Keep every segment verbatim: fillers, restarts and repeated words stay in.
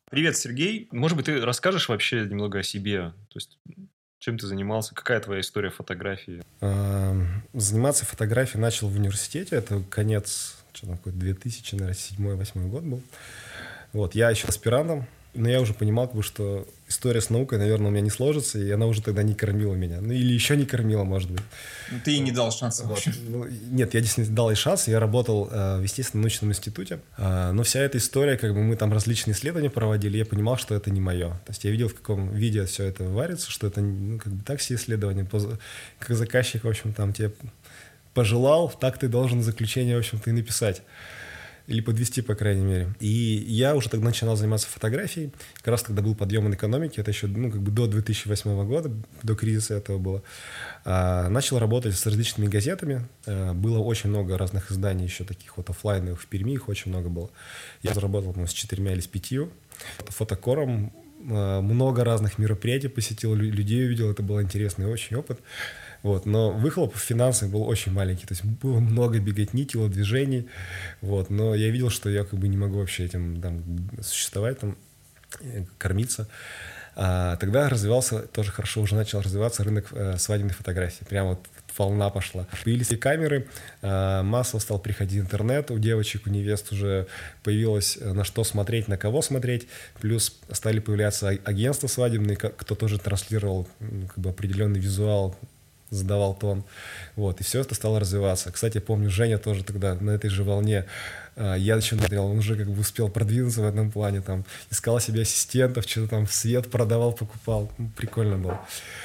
Привет, Сергей. Может быть, ты расскажешь вообще немного о себе? То есть, чем ты занимался? Какая твоя история фотографии? Заниматься фотографией начал в университете. Это конец, что там, какой-то две тысячи седьмой-восьмой год был. Вот, я еще аспирантом, но я уже понимал, как бы, что история с наукой, наверное, у меня не сложится, и она уже тогда не кормила меня. Ну, или еще не кормила, может быть. Ну, ты ей не дал шанса, в Вот. общем. Ну, нет, я действительно дал ей шанс. Я работал э, в естественно-научном институте. Э, но вся эта история, как бы мы там различные исследования проводили, я понимал, что это не мое. То есть я видел, в каком виде все это варится, что это, ну, как бы так все исследования. Как заказчик, в общем, там тебе пожелал, так ты должен заключение, в общем-то, и написать. Или подвести, по крайней мере. И я уже тогда начинал заниматься фотографией. Как раз когда был подъем экономики, это еще, ну, как бы до две тысячи восьмого года, до кризиса этого было. А, начал работать с различными газетами. А, было очень много разных изданий, еще таких вот офлайновых в Перми, их очень много было. Я заработал, ну, с четырьмя или с пятью. Фотокором а, много разных мероприятий посетил, людей увидел. Это был интересный очень опыт. Вот, но выхлоп финансовый был очень маленький, то есть было много беготни, телодвижений, вот, но я видел, что я как бы не могу вообще этим там существовать, там, кормиться. А, тогда развивался, тоже хорошо уже начал развиваться рынок э, свадебной фотографии, прямо вот волна пошла. Появились и камеры, э, массово стал приходить интернет, у девочек, у невест уже появилось на что смотреть, на кого смотреть, плюс стали появляться агентства свадебные, кто тоже транслировал, как бы, определенный визуал, задавал тон, вот, и все это стало развиваться. Кстати, я помню, Женя тоже тогда на этой же волне, я еще смотрел, он уже как бы успел продвинуться в этом плане, там, искал себе ассистентов, что-то там свет продавал, покупал, ну, прикольно было.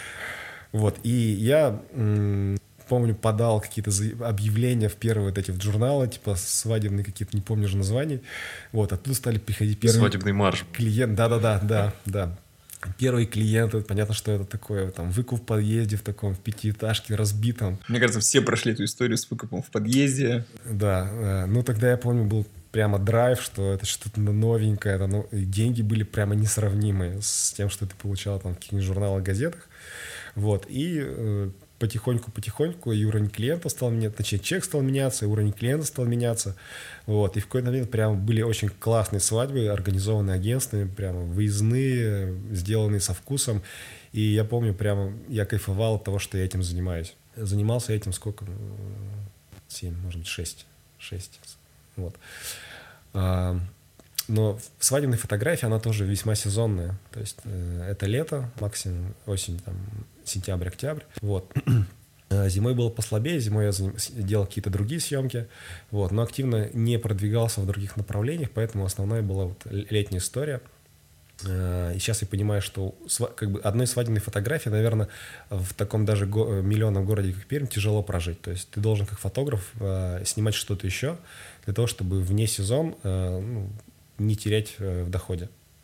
Вот, и я м- помню, подал какие-то объявления в первые вот эти в журналы, типа свадебные какие-то, не помню же названий, вот, оттуда стали приходить первые... Свадебный марш. Клиент, да-да-да, да, да. Первые клиенты, понятно, что это такое, там, выкуп в подъезде в таком, в пятиэтажке, разбитом. Мне кажется, все прошли эту историю с выкупом в подъезде. Да, ну тогда я помню, был прямо драйв, что это что-то новенькое, это, ну, и деньги были прямо несравнимые с тем, что ты получал там в каких-нибудь журналах, газетах. Вот, и э, потихоньку-потихоньку и уровень клиента стал меняться, точнее, чек стал меняться, и уровень клиента стал меняться. Вот, и в какой-то момент прямо были очень классные свадьбы, организованные агентствами, прямо выездные, сделанные со вкусом. И я помню, прямо я кайфовал от того, что я этим занимаюсь. Занимался этим сколько? Семь, может быть, шесть. Шесть. Вот. А, но свадебная фотография, она тоже весьма сезонная. То есть э, это лето, максимум осень, там, сентябрь, октябрь. Вот. Зимой было послабее, зимой я делал какие-то другие съемки, вот, но активно не продвигался в других направлениях, поэтому основная была вот летняя история. И сейчас я понимаю, что как бы одной свадебной фотографии, наверное, в таком даже го- миллионном городе, как Пермь, тяжело прожить. То есть ты должен как фотограф э, снимать что-то еще для того, чтобы вне сезон э, ну, не терять э, в доходе.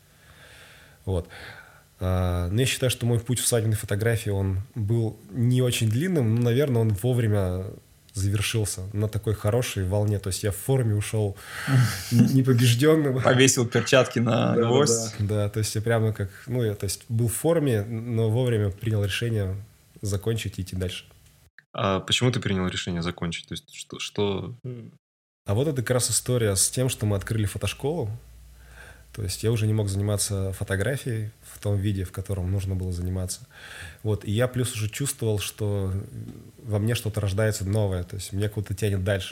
Вот. Uh, но я считаю, что мой путь в свадебной фотографии, он был не очень длинным, но, наверное, он вовремя завершился на такой хорошей волне. То есть я в форме ушел непобежденным. Повесил перчатки на гвоздь. Да, то есть я прямо как... Ну, я то есть был в форме, но вовремя принял решение закончить и идти дальше. А почему ты принял решение закончить? То есть что... что... А вот это как раз история с тем, что мы открыли фотошколу. То есть я уже не мог заниматься фотографией в том виде, в котором нужно было заниматься. Вот. И я плюс уже чувствовал, что во мне что-то рождается новое. То есть меня куда-то тянет дальше.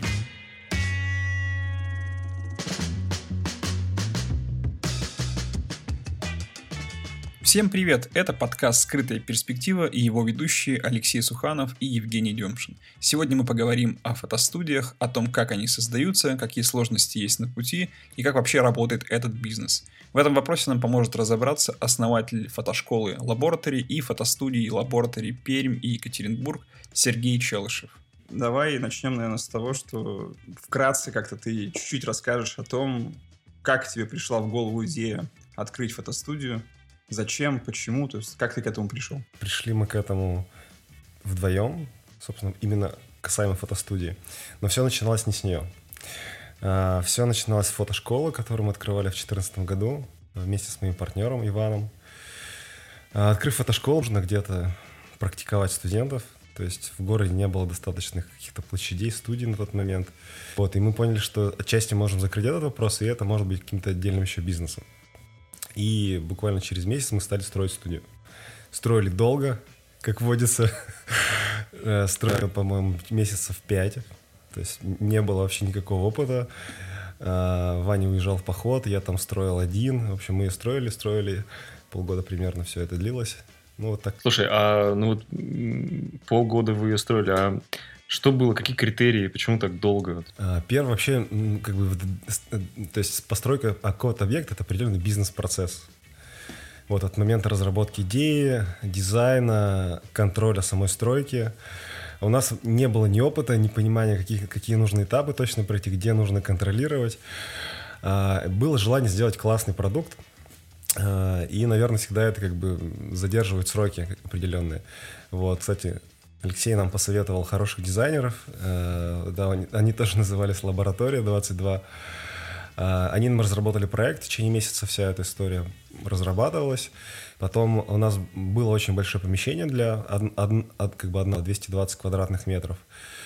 Всем привет! Это подкаст «Скрытая перспектива» и его ведущие Алексей Суханов и Евгений Демшин. Сегодня мы поговорим о фотостудиях, о том, как они создаются, какие сложности есть на пути и как вообще работает этот бизнес. В этом вопросе нам поможет разобраться основатель фотошколы Laboratory и фотостудии Laboratory Пермь и Екатеринбург Сергей Челышев. Давай начнем, наверное, с того, что вкратце как-то ты чуть-чуть расскажешь о том, как тебе пришла в голову идея открыть фотостудию. Зачем, почему, то есть как ты к этому пришел? Пришли мы к этому вдвоем, собственно, именно касаемо фотостудии. Но все начиналось не с нее. Все начиналось с фотошколы, которую мы открывали в две тысячи четырнадцатом году вместе с моим партнером Иваном. Открыв фотошколу, нужно где-то практиковать студентов. То есть в городе не было достаточных каких-то площадей, студий на тот момент. Вот, и мы поняли, что отчасти можем закрыть этот вопрос, и это может быть каким-то отдельным еще бизнесом. И буквально через месяц мы стали строить студию. Строили долго, как водится. Строили, по-моему, месяцев пять. То есть не было вообще никакого опыта. Ваня уезжал в поход, я там строил один. В общем, мы ее строили, строили. Полгода примерно все это длилось. Ну, вот так. Слушай, а ну вот полгода вы ее строили, а что было, какие критерии, почему так долго? Первое, вообще, как бы, то есть постройка какого-то объекта — это определенный бизнес-процесс. Вот от момента разработки идеи, дизайна, контроля самой стройки. У нас не было ни опыта, ни понимания, какие, какие нужны этапы точно пройти, где нужно контролировать. Было желание сделать классный продукт. И, наверное, всегда это как бы задерживает сроки определенные. Вот, кстати, Алексей нам посоветовал хороших дизайнеров. Да, они, они тоже назывались «Лаборатория двадцать два». Они нам разработали проект. В течение месяца вся эта история разрабатывалась. Потом у нас было очень большое помещение для од, од, од, как бы одного двести двадцать квадратных метров.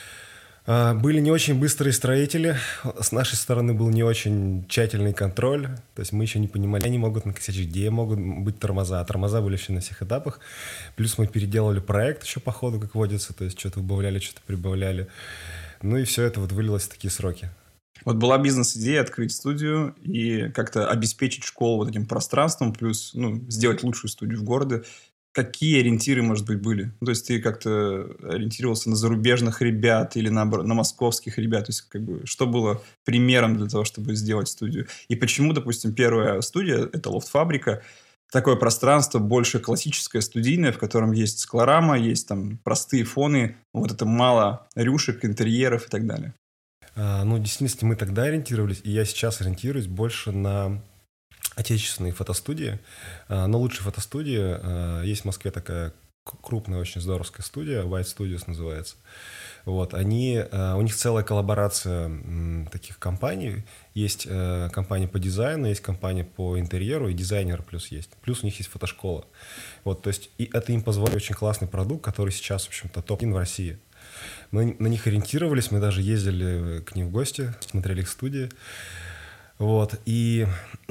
Были не очень быстрые строители, с нашей стороны был не очень тщательный контроль, то есть мы еще не понимали, где они могут накосячить, где могут быть тормоза, а тормоза были еще на всех этапах. Плюс мы переделали проект еще по ходу, как водится, то есть что-то убавляли, что-то прибавляли. Ну и все это вот вылилось в такие сроки. Вот была бизнес-идея открыть студию и как-то обеспечить школу вот этим пространством, плюс ну, сделать лучшую студию в городе. Какие ориентиры, может быть, были? Ну, то есть ты как-то ориентировался на зарубежных ребят или на, на московских ребят? То есть как бы, что было примером для того, чтобы сделать студию? И почему, допустим, первая студия, это лофт-фабрика, такое пространство больше классическое, студийное, в котором есть склорама, есть там простые фоны, вот это мало рюшек, интерьеров и так далее? А, ну, действительно, мы тогда ориентировались, и я сейчас ориентируюсь больше на отечественные фотостудии. Но лучшие фотостудии, есть в Москве такая крупная, очень здоровская студия, White Studios называется. Вот, они, у них целая коллаборация таких компаний. Есть компания по дизайну, есть компания по интерьеру, и дизайнер плюс есть. Плюс у них есть фотошкола. Вот, то есть, и это им позволит очень классный продукт, который сейчас, в общем-то, топ один в России. Мы на них ориентировались, мы даже ездили к ним в гости, смотрели их студии. Вот, и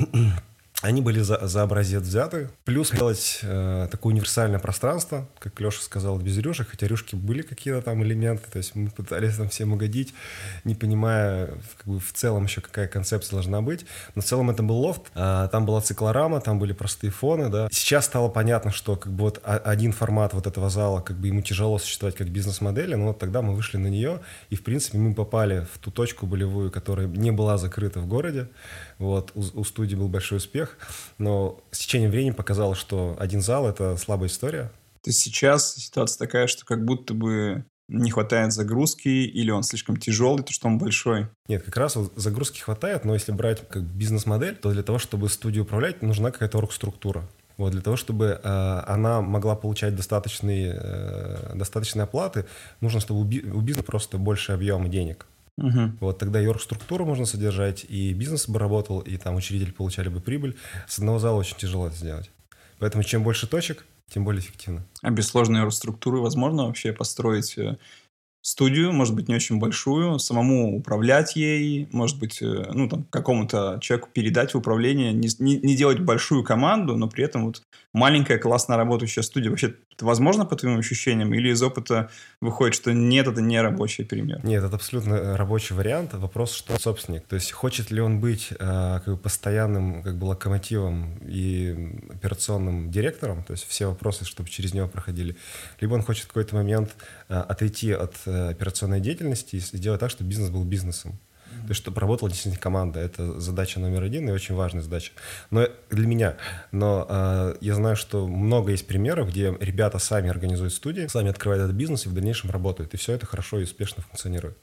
они были за, за образец взяты. Плюс делать э, такое универсальное пространство, как Леша сказал, без рюшек, хотя рюшки были какие-то там элементы, то есть мы пытались там всем угодить, не понимая как бы, в целом еще какая концепция должна быть. Но в целом это был лофт, а, там была циклорама, там были простые фоны, да. Сейчас стало понятно, что как бы вот один формат вот этого зала, как бы ему тяжело существовать как бизнес-модели, но вот тогда мы вышли на нее, и в принципе мы попали в ту точку болевую, которая не была закрыта в городе. Вот, у, у студии был большой успех, но с течением времени показалось, что один зал — это слабая история. То есть сейчас ситуация такая, что как будто бы не хватает загрузки, или он слишком тяжелый, то что он большой? Нет, как раз вот загрузки хватает, но если брать как бизнес-модель, то для того, чтобы студию управлять, нужна какая-то оргструктура. Вот, для того, чтобы э, она могла получать достаточные, э, достаточные оплаты, нужно, чтобы у, би- у бизнеса просто больше объема денег. Угу. Вот тогда и оргструктуру можно содержать, и бизнес бы работал, и там учредители получали бы прибыль. С одного зала очень тяжело это сделать. Поэтому чем больше точек, тем более эффективно. А без сложной оргструктуры возможно вообще построить студию, может быть, не очень большую, самому управлять ей, может быть, ну, там, какому-то человеку передать в управление, не, не, не делать большую команду, но при этом вот маленькая классно работающая студия. Вообще это возможно, по твоим ощущениям, или из опыта выходит, что нет, это не рабочий пример? Нет, это абсолютно рабочий вариант. Вопрос, что собственник. То есть хочет ли он быть э, как бы постоянным как бы локомотивом и операционным директором, то есть все вопросы, чтобы через него проходили, либо он хочет в какой-то момент э, отойти от э, операционной деятельности и сделать так, чтобы бизнес был бизнесом. Mm-hmm. То есть, чтобы работала действительно команда. Это задача номер один и очень важная задача. Но для меня. Но э, я знаю, что много есть примеров, где ребята сами организуют студии, сами открывают этот бизнес и в дальнейшем работают. И все это хорошо и успешно функционирует.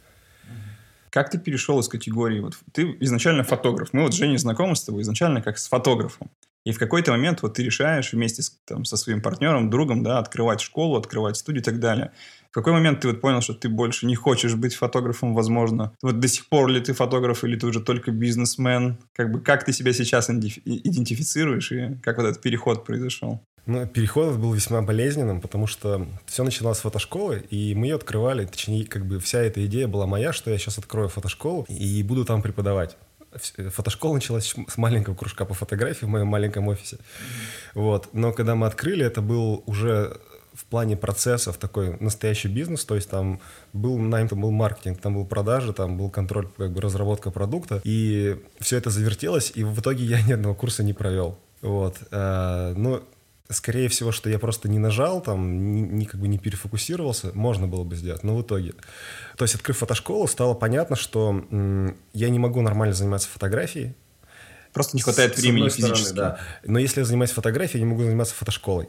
Как ты перешел из категории? Вот ты изначально фотограф. Мы вот с Женей знакомы с тобой изначально как с фотографом. И в какой-то момент вот ты решаешь вместе с, там, со своим партнером, другом, да, открывать школу, открывать студию и так далее. В какой момент ты вот понял, что ты больше не хочешь быть фотографом, возможно? Вот до сих пор ли ты фотограф или ты уже только бизнесмен? Как бы как ты себя сейчас идентифицируешь и как вот этот переход произошел? Ну, переход был весьма болезненным, потому что все начиналось с фотошколы, и мы ее открывали, точнее, как бы вся эта идея была моя, что я сейчас открою фотошколу и буду там преподавать. Фотошкола началась с маленького кружка по фотографии в моем маленьком офисе. Вот. Но когда мы открыли, это был уже в плане процессов такой настоящий бизнес, то есть там был найм, там был маркетинг, там был продажи, там был контроль, как бы разработка продукта, и все это завертелось, и в итоге я ни одного курса не провел. Вот. Ну, скорее всего, что я просто не нажал, там, ни, ни, как бы не перефокусировался, можно было бы сделать, но в итоге. То есть, открыв фотошколу, стало понятно, что м, я не могу нормально заниматься фотографией. Просто не хватает с, времени с физически. Стороны, да. Но если я занимаюсь фотографией, я не могу заниматься фотошколой.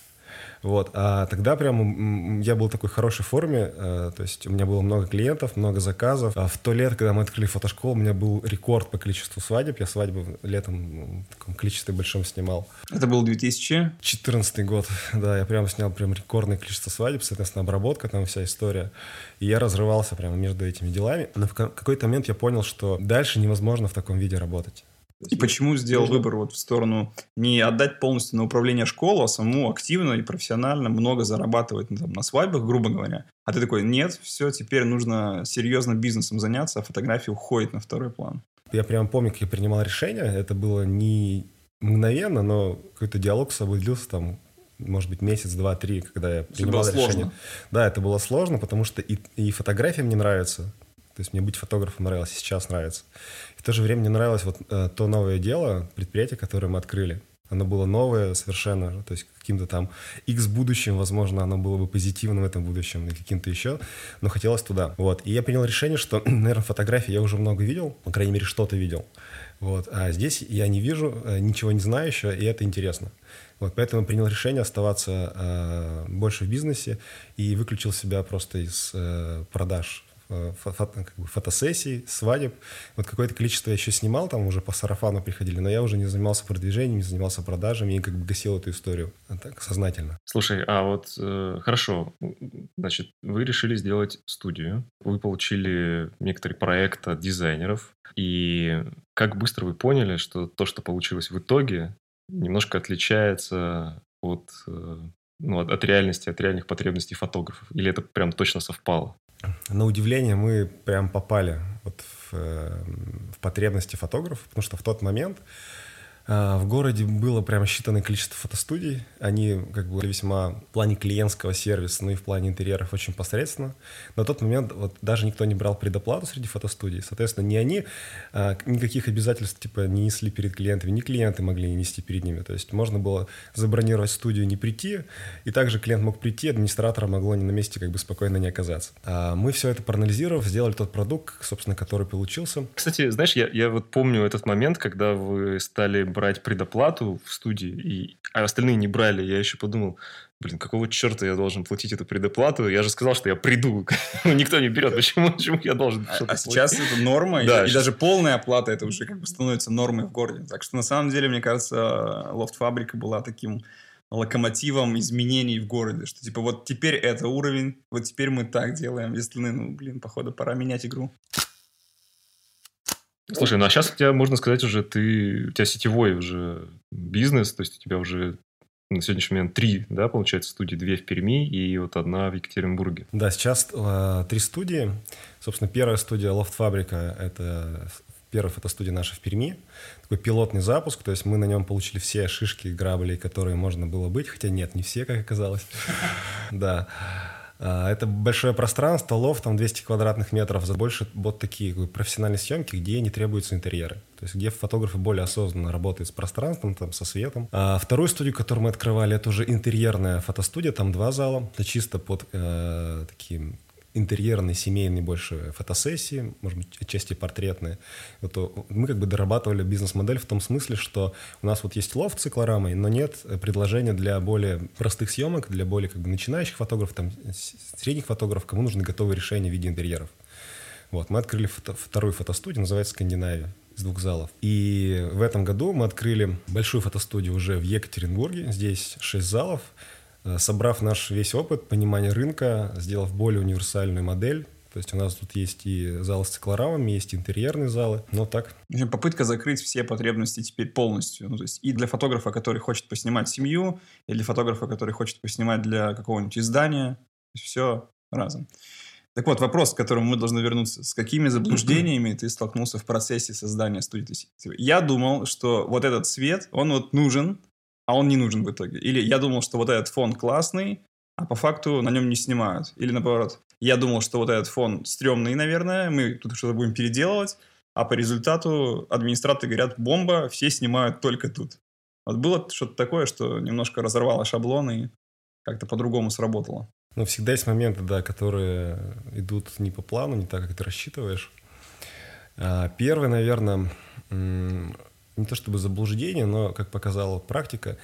Вот. А тогда прям я был в такой хорошей форме, э, то есть у меня было много клиентов, много заказов. А в то лето, когда мы открыли фотошколу, у меня был рекорд по количеству свадеб. Я свадьбы летом в таком количестве большом снимал. Это был две тысячи четырнадцатый год, да, я прям снял прям рекордное количество свадеб, соответственно, обработка, там вся история. И я разрывался прямо между этими делами. Но в какой-то момент я понял, что дальше невозможно в таком виде работать. И почему сделал выбор вот в сторону не отдать полностью на управление школу, а саму активно и профессионально много зарабатывать ну, там, на свадьбах, грубо говоря. А ты такой, нет, все, теперь нужно серьезно бизнесом заняться, а фотография уходит на второй план. Я прям помню, как я принимал решение. Это было не мгновенно, но какой-то диалог с собой длился там, может быть, месяц, два, три, когда я принимал это было решение. Сложно. Да, это было сложно, потому что и, и фотография мне нравится. То есть мне быть фотографом нравилось, и сейчас нравится. И в то же время мне нравилось вот э, то новое дело, предприятие, которое мы открыли. Оно было новое совершенно, то есть каким-то там X будущим, возможно, оно было бы позитивным в этом будущем, или каким-то еще, но хотелось туда. Вот. И я принял решение, что, наверное, фотографии я уже много видел, по крайней мере, что-то видел. Вот. А здесь я не вижу, ничего не знаю еще, и это интересно. Вот. Поэтому принял решение оставаться э, больше в бизнесе и выключил себя просто из э, продаж. Фото, как бы фотосессий, свадеб. Вот какое-то количество я еще снимал, там уже по сарафану приходили, но я уже не занимался продвижением, не занимался продажами и как бы гасил эту историю так сознательно. Слушай, а вот э, хорошо, значит, вы решили сделать студию, вы получили некоторый проект от дизайнеров, и как быстро вы поняли, что то, что получилось в итоге, немножко отличается от, э, ну, от, от реальности, от реальных потребностей фотографов? Или это прям точно совпало? На удивление мы прям попали вот в, в потребности фотографов, потому что в тот момент э, в городе было прям считанное количество фотостудий. Они как бы весьма в плане клиентского сервиса, ну и в плане интерьеров очень посредственно. На тот момент вот даже никто не брал предоплату среди фотостудий. Соответственно, ни они э, никаких обязательств типа не несли перед клиентами, ни клиенты могли не нести перед ними. То есть можно было забронировать студию, не прийти, и также клиент мог прийти, администратора могло на месте как бы спокойно не оказаться. А мы все это проанализировав, сделали тот продукт, собственно, который получился. Кстати, знаешь, я, я вот помню этот момент, когда вы стали брать предоплату в студии, и, а остальные не брали. Я еще подумал, блин, какого черта я должен платить эту предоплату? Я же сказал, что я приду. Никто не берет. Почему, почему я должен а, что-то а сейчас это норма, да, и, и даже полная оплата это уже как бы становится нормой в городе. Так что на самом деле, мне кажется, Лофт-фабрика была таким локомотивом изменений в городе, что типа вот теперь это уровень, вот теперь мы так делаем, если, ну, блин, походу пора менять игру. Слушай, ну а сейчас у тебя, можно сказать, уже ты, у тебя сетевой уже бизнес, то есть у тебя уже на сегодняшний момент три, да, получается, студии, две в Перми и вот одна в Екатеринбурге. Да, сейчас э, три студии. Собственно, первая студия Лофт-фабрика – это первая фотостудия наша в Перми. Такой пилотный запуск, то есть мы на нем получили все шишки, грабли, которые можно было быть, хотя нет, не все, как оказалось. Да. Это большое пространство, лофт, там двести квадратных метров, за больше вот такие профессиональные съемки, где не требуются интерьеры. То есть где фотографы более осознанно работают с пространством, там, со светом. А вторую студию, которую мы открывали, это уже интерьерная фотостудия, там два зала. Это чисто под э, такие интерьерные, семейные больше фотосессии, может быть, отчасти портретные. Вот мы как бы дорабатывали бизнес-модель в том смысле, что у нас вот есть лофт с циклорамой, но нет предложения для более простых съемок, для более как бы начинающих фотографов, там, средних фотографов, кому нужны готовые решения в виде интерьеров. Вот, мы открыли фото, вторую фотостудию, называется «Скандинавия», из двух залов. И в этом году мы открыли большую фотостудию уже в Екатеринбурге, здесь шесть залов. Собрав наш весь опыт, понимание рынка, сделав более универсальную модель. То есть у нас тут есть и залы с циклорамами, есть интерьерные залы, но так. Попытка закрыть все потребности теперь полностью. Ну, то есть и для фотографа, который хочет поснимать семью, и для фотографа, который хочет поснимать для какого-нибудь издания. То есть все разом. Так вот, вопрос, к которому мы должны вернуться. С какими заблуждениями ты столкнулся в процессе создания студии? То есть, я думал, что вот этот цвет, он вот нужен, а он не нужен в итоге. Или я думал, что вот этот фон классный, а по факту на нем не снимают. Или наоборот, я думал, что вот этот фон стрёмный, наверное, мы тут что-то будем переделывать, а по результату администраторы говорят, бомба, все снимают только тут. Вот было что-то такое, что немножко разорвало шаблон и как-то по-другому сработало. Ну, всегда есть моменты, да, которые идут не по плану, не так, как ты рассчитываешь. Первый, наверное, не то чтобы заблуждение, но, как показала практика,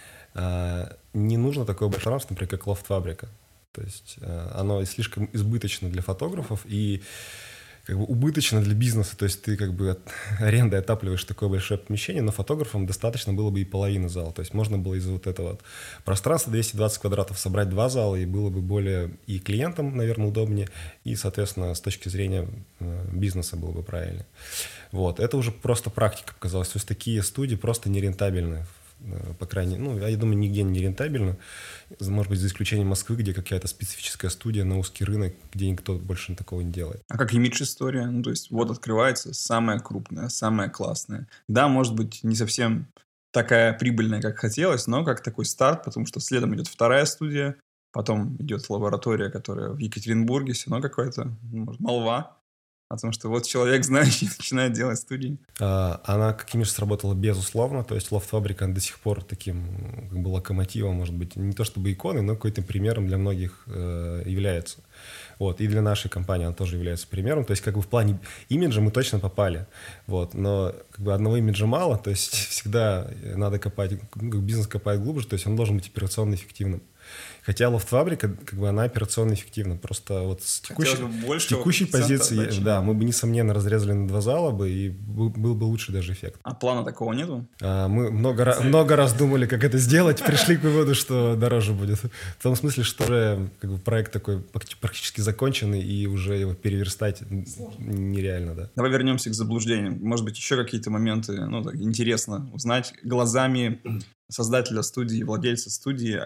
не нужно такое пространство, например, как лофт-фабрика. То есть оно слишком избыточно для фотографов и как бы убыточно для бизнеса. То есть ты как бы от арендой отапливаешь такое большое помещение, но фотографам достаточно было бы и половины зала. То есть можно было из вот этого вот пространства двести двадцать квадратов собрать два зала, и было бы более и клиентам, наверное, удобнее, и, соответственно, с точки зрения бизнеса было бы правильно. Вот. Это уже просто практика показалась. То есть такие студии просто нерентабельны. По крайней мере, ну, я думаю, нигде не рентабельно. Может быть, за исключением Москвы, где какая-то специфическая студия на узкий рынок, где никто больше такого не делает. А как имидж-история? Ну, то есть, вот открывается самая крупная, самая классная. Да, может быть, не совсем такая прибыльная, как хотелось, но как такой старт, потому что следом идет вторая студия, потом идет лаборатория, которая в Екатеринбурге, все равно какая-то, может, молва. О том, что вот человек знающий начинает делать студии. А, она как имидж сработала безусловно, то есть лофт-фабрика до сих пор таким как бы локомотивом, может быть, не то чтобы иконой, но какой-то примером для многих э, является. Вот. И для нашей компании она тоже является примером. То есть как бы в плане имиджа мы точно попали. Вот. Но как бы одного имиджа мало, то есть всегда надо копать, бизнес копает глубже, то есть он должен быть операционно эффективным. Хотя лофт-фабрика, как бы она операционно эффективна. Просто вот с текущей, с текущей позиции, отдачи. Да, мы бы, несомненно, разрезали на два зала бы, и был бы лучше даже эффект. А плана такого нету? А, мы много, ra- много раз думали, как это сделать, пришли к выводу, что дороже будет. В том смысле, что уже как бы, проект такой практически законченный, и уже его переверстать сложно. Нереально, да. Давай вернемся к заблуждениям. Может быть, еще какие-то моменты, ну, так, интересно узнать глазами создателя студии, владельца студии,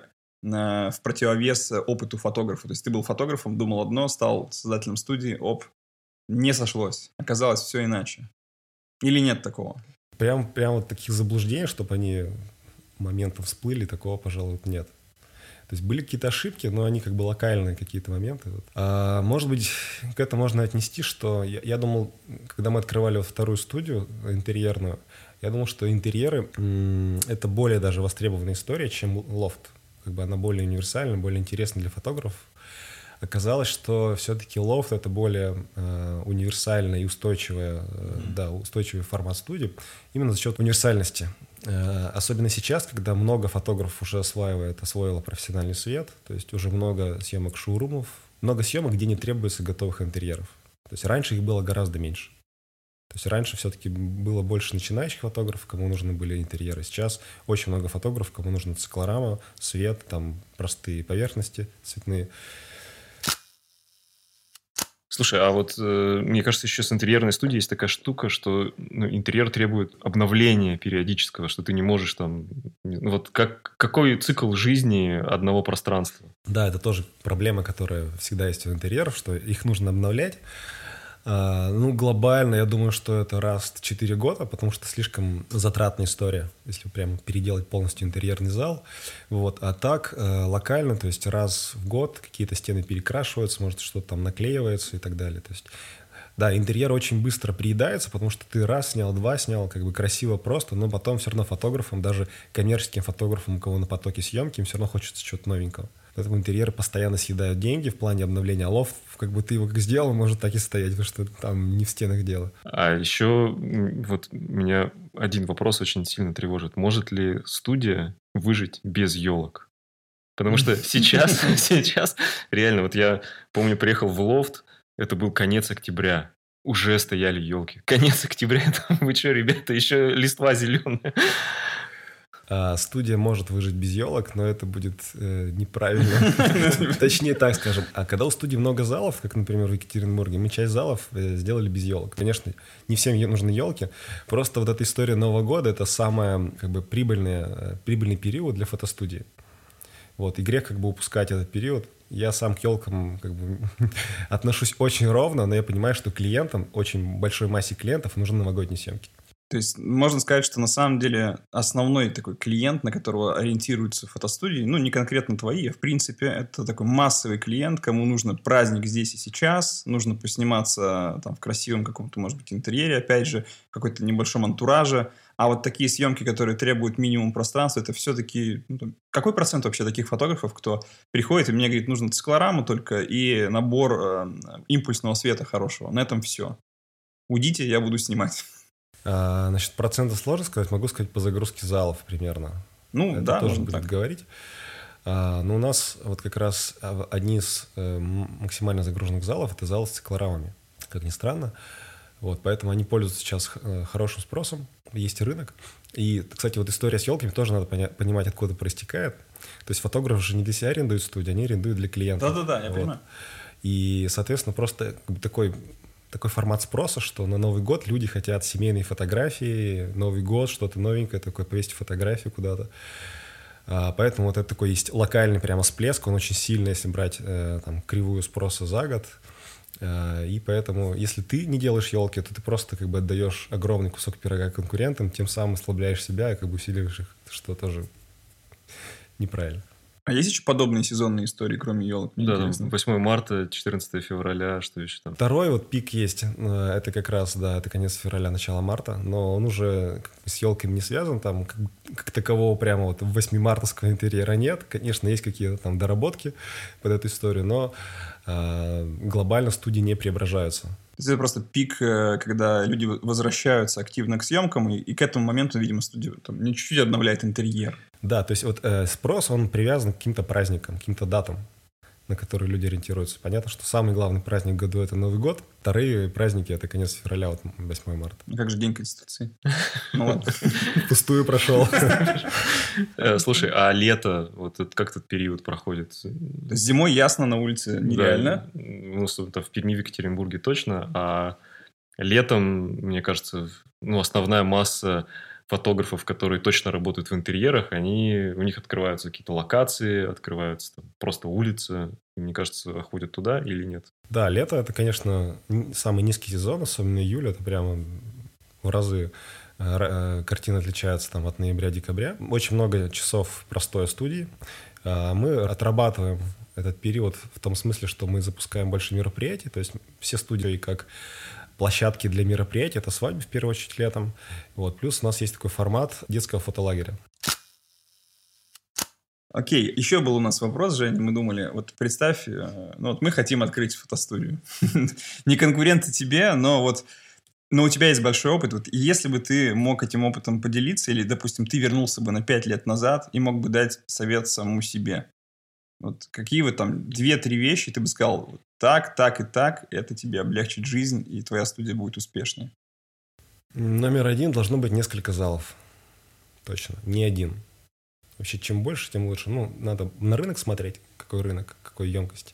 в противовес опыту фотографа. То есть ты был фотографом, думал одно, стал создателем студии, оп, не сошлось. Оказалось все иначе. Или нет такого? Прям, прям вот таких заблуждений, чтобы они моментом всплыли, такого, пожалуй, нет. То есть были какие-то ошибки, но они как бы локальные какие-то моменты. Вот. А, может быть, к этому можно отнести, что я, я думал, когда мы открывали вот вторую студию интерьерную, я думал, что интерьеры м- это более даже востребованная история, чем лофт. Как бы она более универсальна, более интересна для фотографов. Оказалось, что все-таки лофт — это более э, универсальная и устойчивая, э, да, устойчивый формат студии именно за счет универсальности. Э, особенно сейчас, когда много фотографов уже осваивает, освоило профессиональный свет, то есть уже много съемок шоурумов, много съемок, где не требуется готовых интерьеров. То есть раньше их было гораздо меньше. То есть раньше все-таки было больше начинающих фотографов, кому нужны были интерьеры. Сейчас очень много фотографов, кому нужна циклорама, свет, там простые поверхности цветные. Слушай, а вот э, мне кажется, еще с интерьерной студией есть такая штука, что ну, интерьер требует обновления периодического, что ты не можешь там... Ну, вот как, какой цикл жизни одного пространства? Да, это тоже проблема, которая всегда есть у интерьеров, что их нужно обновлять. Uh, ну, глобально, я думаю, что это раз в четыре года, потому что слишком затратная история, если прям переделать полностью интерьерный зал. Вот. А так, uh, локально, то есть раз в год какие-то стены перекрашиваются, может, что-то там наклеивается и так далее. То есть, да, интерьер очень быстро приедается, потому что ты раз снял, два снял, как бы красиво просто, но потом все равно фотографам, даже коммерческим фотографам, у кого на потоке съемки, им все равно хочется чего-то новенького. Поэтому интерьеры постоянно съедают деньги в плане обновления. А лофт, как бы ты его как сделал, может так и стоять, потому что там не в стенах дело. А еще вот меня один вопрос очень сильно тревожит. Может ли студия выжить без елок? Потому что сейчас, сейчас реально, вот я помню, приехал в лофт, это был конец октября. Уже стояли елки. Конец октября, там, вы что, ребята, еще листва зеленая. А, студия может выжить без елок, но это будет э, неправильно. Точнее так скажем. А когда у студии много залов, как, например, в Екатеринбурге, мы часть залов э, сделали без елок. Конечно, не всем нужны елки. Просто вот эта история Нового года — это самый как бы, прибыльный, прибыльный период для фотостудии. Вот, и грех как бы упускать этот период. Я сам к елкам как бы отношусь очень ровно, но я понимаю, что клиентам, очень большой массе клиентов нужны новогодние съемки. То есть можно сказать, что на самом деле основной такой клиент, на которого ориентируются фотостудии, ну, не конкретно твои, а в принципе это такой массовый клиент, кому нужно праздник здесь и сейчас, нужно посниматься там в красивом каком-то, может быть, интерьере, опять же, в какой-то небольшом антураже. А вот такие съемки, которые требуют минимум пространства, это все-таки... Ну, там, какой процент вообще таких фотографов, кто приходит и мне говорит, нужно циклораму только и набор э, импульсного света хорошего. На этом все. Удите, я буду снимать. А, значит, проценты сложно сказать, могу сказать по загрузке залов примерно. Ну, это да, тоже можно будет так говорить. А, но у нас вот как раз одни из э, максимально загруженных залов – это залы с циклорамами, как ни странно. Вот, поэтому они пользуются сейчас э, хорошим спросом, есть рынок. И, кстати, вот история с елками тоже надо поня- понимать, откуда проистекает. То есть фотографы же не для себя арендуют студию, они арендуют для клиентов. Да-да-да, я вот. понимаю. И, соответственно, просто как бы такой... такой формат спроса, что на Новый год люди хотят семейные фотографии, Новый год, что-то новенькое, такое, повесить фотографию куда-то. А, поэтому вот это такой есть локальный прямо всплеск, он очень сильный, если брать э, там, кривую спроса за год. А, и поэтому, если ты не делаешь елки, то ты просто как бы отдаешь огромный кусок пирога конкурентам, тем самым ослабляешь себя и как бы усиливаешь их, что тоже неправильно. А есть еще подобные сезонные истории, кроме елок? Да, там восьмое марта, четырнадцатое февраля, что еще там? Второй вот пик есть, это как раз, да, это конец февраля, начало марта, но он уже как бы с елками не связан, там как, как такового прямо вот восьмимартовского интерьера нет. Конечно, есть какие-то там доработки под эту историю, но э, глобально студии не преображаются. То есть это просто пик, когда люди возвращаются активно к съемкам, и, и к этому моменту, видимо, студия там, не чуть-чуть обновляет интерьер. Да, то есть вот э, спрос, он привязан к каким-то праздникам, к каким-то датам, на которые люди ориентируются. Понятно, что самый главный праздник в году – это Новый год. Вторые праздники – это конец февраля, вот восьмое марта. Ну, как же День Конституции? Ну ладно. Пустую прошел. Слушай, а лето, вот как этот период проходит? Зимой ясно на улице нереально. Ну, в Перми, в Екатеринбурге точно, а летом, мне кажется, ну, основная масса фотографов, которые точно работают в интерьерах, они, у них открываются какие-то локации, открываются там, просто улицы. Мне кажется, ходят туда или нет? Да, лето – это, конечно, самый низкий сезон, особенно июль. Это прямо в разы картина отличается там, от ноября-декабря. Очень много часов простой студии. Мы отрабатываем этот период в том смысле, что мы запускаем больше мероприятий. То есть все студии как площадки для мероприятий, это свадьбы в первую очередь летом. Вот. Плюс у нас есть такой формат детского фотолагеря. Окей, еще был у нас вопрос, Жень, мы думали, вот представь, ну вот мы хотим открыть фотостудию. Не конкуренты тебе, но вот но у тебя есть большой опыт. Вот если бы ты мог этим опытом поделиться, или, допустим, ты вернулся бы на пять лет назад и мог бы дать совет самому себе, вот какие вот там две-три вещи ты бы сказал, вот так, так и так, это тебе облегчит жизнь, и твоя студия будет успешной? Номер один, должно быть несколько залов. Точно, не один. Вообще, чем больше, тем лучше. Ну, надо на рынок смотреть, какой рынок, какой емкость.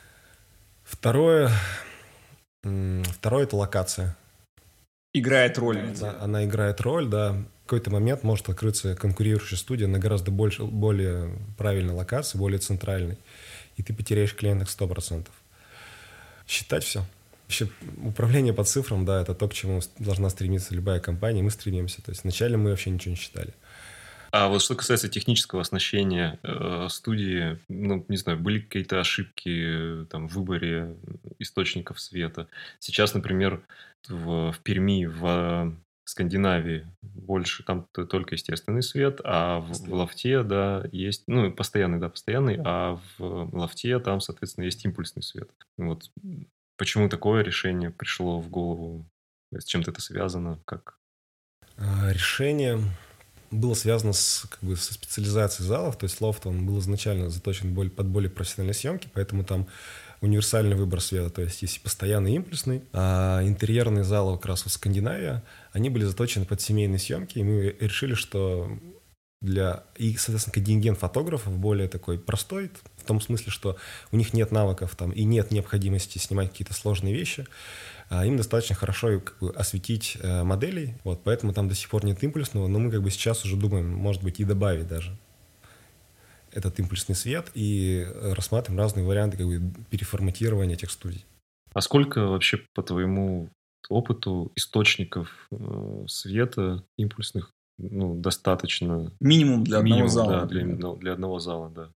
Второе, второе – это локация. Играет роль. Она, она играет роль, да. В какой-то момент может открыться конкурирующая студия на гораздо больше, более правильной локации, более центральной. И ты потеряешь клиентов сто процентов. Считать все. Вообще, управление по цифрам, да, это то, к чему должна стремиться любая компания, и мы стремимся. То есть вначале мы вообще ничего не считали. А вот что касается технического оснащения э, студии, ну, не знаю, были какие-то ошибки там, в выборе источников света? Сейчас, например, в, в Перми, в Скандинавии больше там только естественный свет, а в, в лофте, да, есть, ну, постоянный, да, постоянный, а в лофте там, соответственно, есть импульсный свет. Вот почему такое решение пришло в голову? С чем-то это связано? Как? Решение было связано с, как бы, со специализацией залов, то есть лофт, он был изначально заточен более, под более профессиональные съемки, поэтому там универсальный выбор света, то есть есть постоянный импульсный, а интерьерные залы как раз в Скандинавии, они были заточены под семейные съемки, и мы решили, что для, и, соответственно, контингент фотографов более такой простой, в том смысле, что у них нет навыков там, и нет необходимости снимать какие-то сложные вещи, а им достаточно хорошо как бы, осветить э, моделей, вот, поэтому там до сих пор нет импульсного, но мы как бы сейчас уже думаем, может быть, и добавить даже этот импульсный свет и рассматриваем разные варианты как бы, переформатирования этих студий. А сколько вообще, по твоему опыту, источников э, света импульсных ну, достаточно? Минимум для одного Минимум, зала. Да, для, для одного зала, да.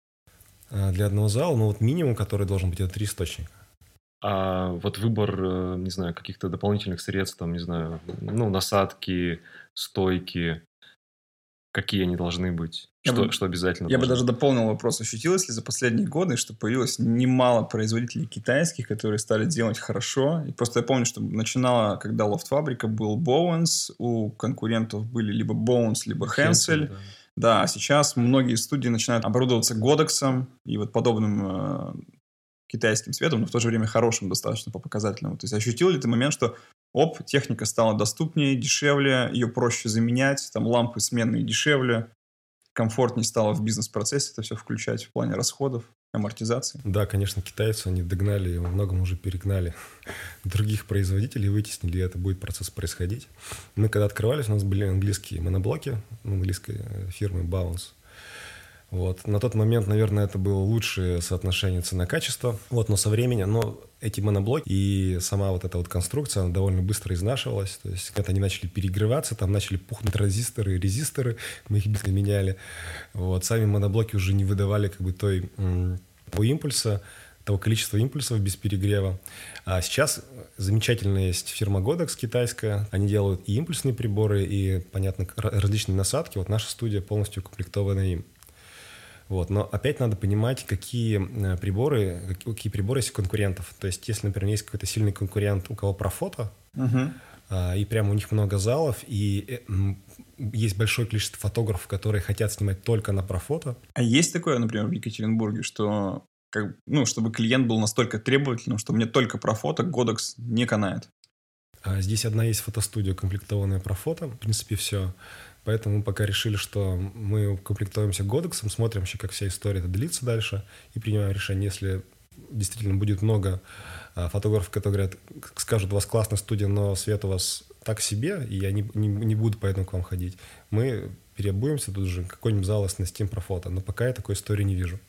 А для одного зала, ну вот минимум, который должен быть, это три источника. А вот выбор, не знаю, каких-то дополнительных средств, там, не знаю, ну, насадки, стойки, какие они должны быть? Я Что, бы, что обязательно Я бы должно даже дополнил вопрос. Ощутилось ли за последние годы, что появилось немало производителей китайских, которые стали делать хорошо? И просто я помню, что начинала, когда лофт-фабрика, был Bowens, у конкурентов были либо Bowens, либо Hensel. да. Да, а сейчас многие студии начинают оборудоваться Годексом и вот подобным э, китайским светом, но в то же время хорошим достаточно по показателям. То есть ощутил ли ты момент, что оп, техника стала доступнее, дешевле, ее проще заменять, там лампы сменные дешевле, комфортнее стало в бизнес-процессе это все включать в плане расходов, амортизации? Да, конечно, китайцы, они догнали и во многом уже перегнали других производителей, вытеснили, и это будет процесс происходить. Мы когда открывались, у нас были английские моноблоки английской фирмы Bounce. Вот. На тот момент, наверное, это было лучшее соотношение цена-качество. Вот, но со временем, но эти моноблоки и сама вот эта вот конструкция, она довольно быстро изнашивалась. То есть, когда они начали перегреваться, там начали пухнуть транзисторы, резисторы, мы их быстро меняли. Вот. Сами моноблоки уже не выдавали как бы той м- импульса, того количества импульсов без перегрева. А сейчас замечательная есть фирма Godox китайская. Они делают и импульсные приборы, и, понятно, различные насадки. Вот наша студия полностью укомплектована им. Вот. Но опять надо понимать, какие приборы, какие приборы есть у конкурентов. То есть, если, например, есть какой-то сильный конкурент, у кого профото, угу. а, и прямо у них много залов, и есть большое количество фотографов, которые хотят снимать только на профото. А есть такое, например, в Екатеринбурге, что, как, ну, чтобы клиент был настолько требовательным, что мне только профото Godox не канает? А здесь одна есть фотостудия, укомплектованная профото. В принципе, все. Поэтому мы пока решили, что мы комплектуемся Годексом, смотрим еще, как вся история это длится дальше, и принимаем решение, если действительно будет много а, фотографов, которые говорят, скажут, у вас классная студия, но свет у вас так себе, и я не, не, не буду поэтому к вам ходить. Мы переобуемся тут же, какой-нибудь зал оснастим профото, но пока я такой истории не вижу.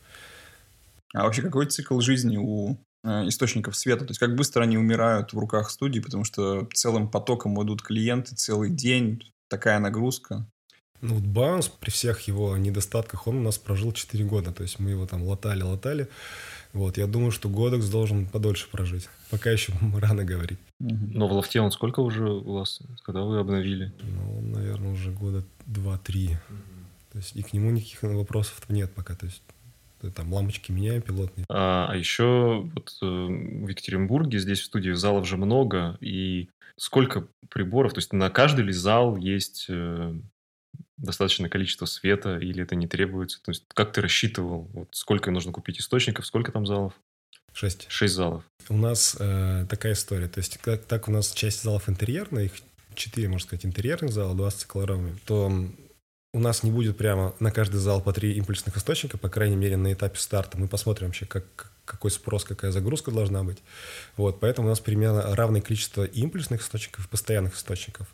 А вообще какой цикл жизни у э, источников света? То есть как быстро они умирают в руках студии, потому что целым потоком идут клиенты целый день, такая нагрузка. Ну, вот Bounce при всех его недостатках, он у нас прожил четыре года. То есть мы его там латали-латали. Вот, я думаю, что Godox должен подольше прожить. Пока еще рано говорить. Но в лофте он сколько уже у вас, когда вы обновили? Ну, наверное, уже года два-три. То есть и к нему никаких вопросов нет пока. То есть там лампочки меняем пилотные. А, а еще вот э, в Екатеринбурге здесь в студии залов же много. И сколько приборов? То есть на каждый ли зал есть э, достаточное количество света или это не требуется? То есть как ты рассчитывал? Вот сколько нужно купить источников? Сколько там залов? Шесть. Шесть залов. У нас э, такая история. То есть как, так у нас часть залов интерьерная, их четыре, можно сказать, интерьерных зала, два с циклоровыми, то у нас не будет прямо на каждый зал по три импульсных источника, по крайней мере, на этапе старта. Мы посмотрим вообще, как, какой спрос, какая загрузка должна быть. Вот, поэтому у нас примерно равное количество импульсных источников и постоянных источников.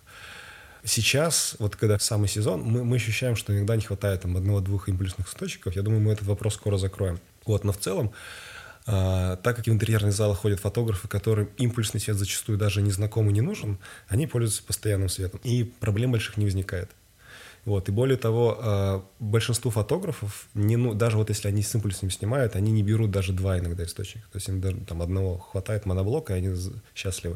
Сейчас, вот когда самый сезон, мы, мы ощущаем, что иногда не хватает там одного-двух импульсных источников. Я думаю, мы этот вопрос скоро закроем. Вот, но в целом, а, так как в интерьерный зал ходят фотографы, которым импульсный свет зачастую даже незнакомый не нужен, они пользуются постоянным светом. И проблем больших не возникает. Вот. И более того, большинству фотографов, не, ну, даже вот если они с импульсом снимают, они не берут даже два иногда источника. То есть им даже там одного хватает моноблока, и они счастливы.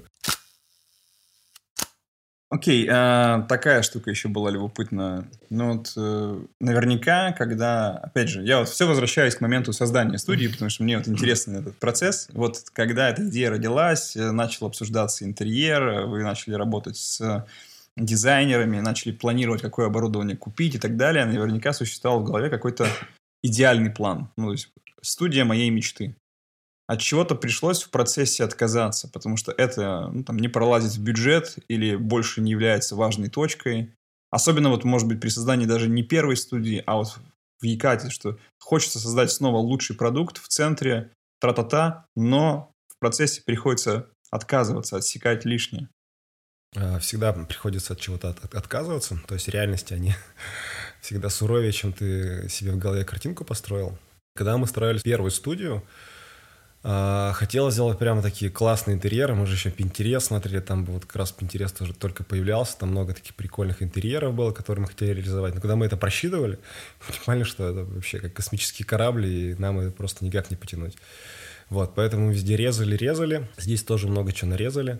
Окей, okay, такая штука еще была любопытна. Ну вот э, наверняка, когда, опять же, я вот все возвращаюсь к моменту создания студии, потому что мне вот интересен этот процесс. Вот когда эта идея родилась, начал обсуждаться интерьер, вы начали работать с дизайнерами, начали планировать, какое оборудование купить и так далее, наверняка существовал в голове какой-то идеальный план. Ну, то есть студия моей мечты. От чего-то пришлось в процессе отказаться, потому что это ну, там, не пролазит в бюджет или больше не является важной точкой. Особенно, вот, может быть, при создании даже не первой студии, а вот в Екате, что хочется создать снова лучший продукт в центре, тра-та-та, но в процессе приходится отказываться, отсекать лишнее. Всегда приходится от чего-то от- отказываться, то есть реальности они всегда суровее, чем ты себе в голове картинку построил. Когда мы строили первую студию, хотелось сделать прямо такие классные интерьеры. Мы же еще Pinterest смотрели, там вот как раз Pinterest тоже только появлялся, там много таких прикольных интерьеров было, которые мы хотели реализовать. Но когда мы это просчитывали, мы понимали, что это вообще как космический корабль, и нам это просто никак не потянуть. Вот, поэтому мы везде резали, резали. Здесь тоже много чего нарезали.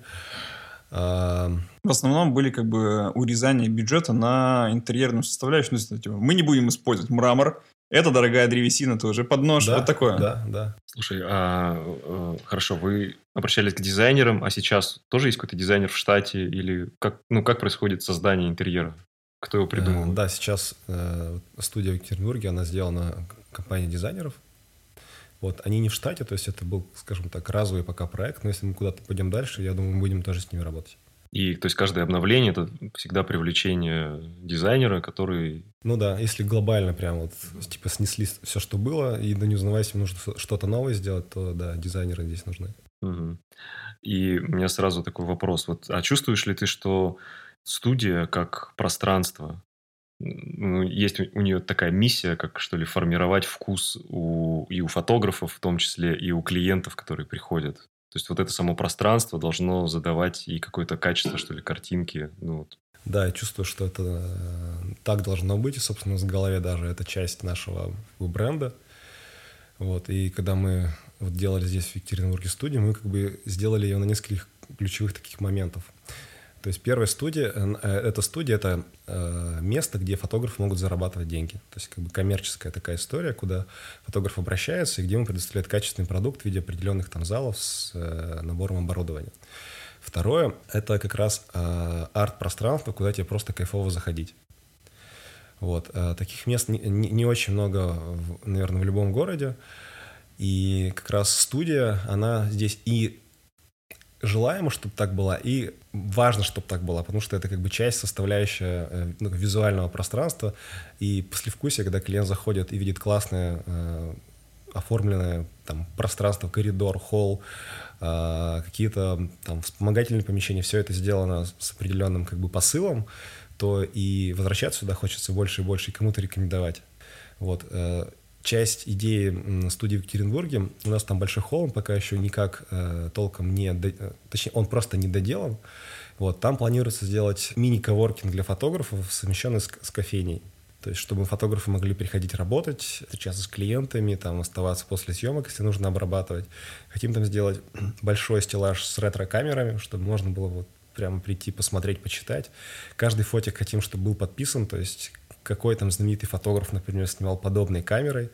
В основном были как бы урезания бюджета на интерьерную составляющую. Ну, типа, мы не будем использовать мрамор. Это дорогая древесина тоже, поднож, да, вот такое. Да, да. Слушай, а, а, хорошо, вы обращались к дизайнерам, а сейчас тоже есть какой-то дизайнер в штате? Или как, ну, как происходит создание интерьера? Кто его придумал? Э, да, сейчас э, студия в Екатеринбурге, она сделана компанией дизайнеров. Вот, они не в штате, то есть это был, скажем так, разовый пока проект, но если мы куда-то пойдем дальше, я думаю, мы будем тоже с ними работать. И, то есть, каждое обновление – это всегда привлечение дизайнера, который… Ну да, если глобально прям вот, типа, снесли все, что было, и до неузнаваемости нужно что-то новое сделать, то, да, дизайнеры здесь нужны. Угу. И у меня сразу такой вопрос. Вот, а чувствуешь ли ты, что студия как пространство, ну, есть у нее такая миссия, как, что ли, формировать вкус у, и у фотографов, в том числе, и у клиентов, которые приходят? То есть, вот это само пространство должно задавать и какое-то качество, что ли, картинки. Ну, вот. Да, я чувствую, что это так должно быть. И, собственно, в голове даже это часть нашего бренда. Вот. И когда мы вот делали здесь в Екатеринбурге студию, мы как бы сделали ее на нескольких ключевых таких моментов. То есть первая студия, эта студия – это место, где фотографы могут зарабатывать деньги. То есть как бы коммерческая такая история, куда фотограф обращается и где ему предоставляют качественный продукт в виде определенных там залов с набором оборудования. Второе – это как раз арт-пространство, куда тебе просто кайфово заходить. Вот. Таких мест не, не, не очень много, наверное, в любом городе. И как раз студия, она здесь и желаемо, чтобы так была, и важно, чтобы так была, потому что это как бы часть, составляющая ну, визуального пространства, и послевкусие, когда клиент заходит и видит классное э, оформленное там, пространство, коридор, холл, э, какие-то там вспомогательные помещения, все это сделано с определенным как бы посылом, то и возвращаться сюда хочется больше и больше, и кому-то рекомендовать. Вот. Э, Часть идеи студии в Екатеринбурге, у нас там большой холл, он пока еще никак э, толком не, до, точнее, он просто не доделан. Вот, там планируется сделать мини-коворкинг для фотографов, совмещенный с, с кофейней. То есть, чтобы фотографы могли приходить работать, встречаться с клиентами, там, оставаться после съемок, если нужно обрабатывать. Хотим там сделать большой стеллаж с ретро-камерами, чтобы можно было вот прямо прийти, посмотреть, почитать. Каждый фотик хотим, чтобы был подписан, то есть какой там знаменитый фотограф, например, снимал подобной камерой,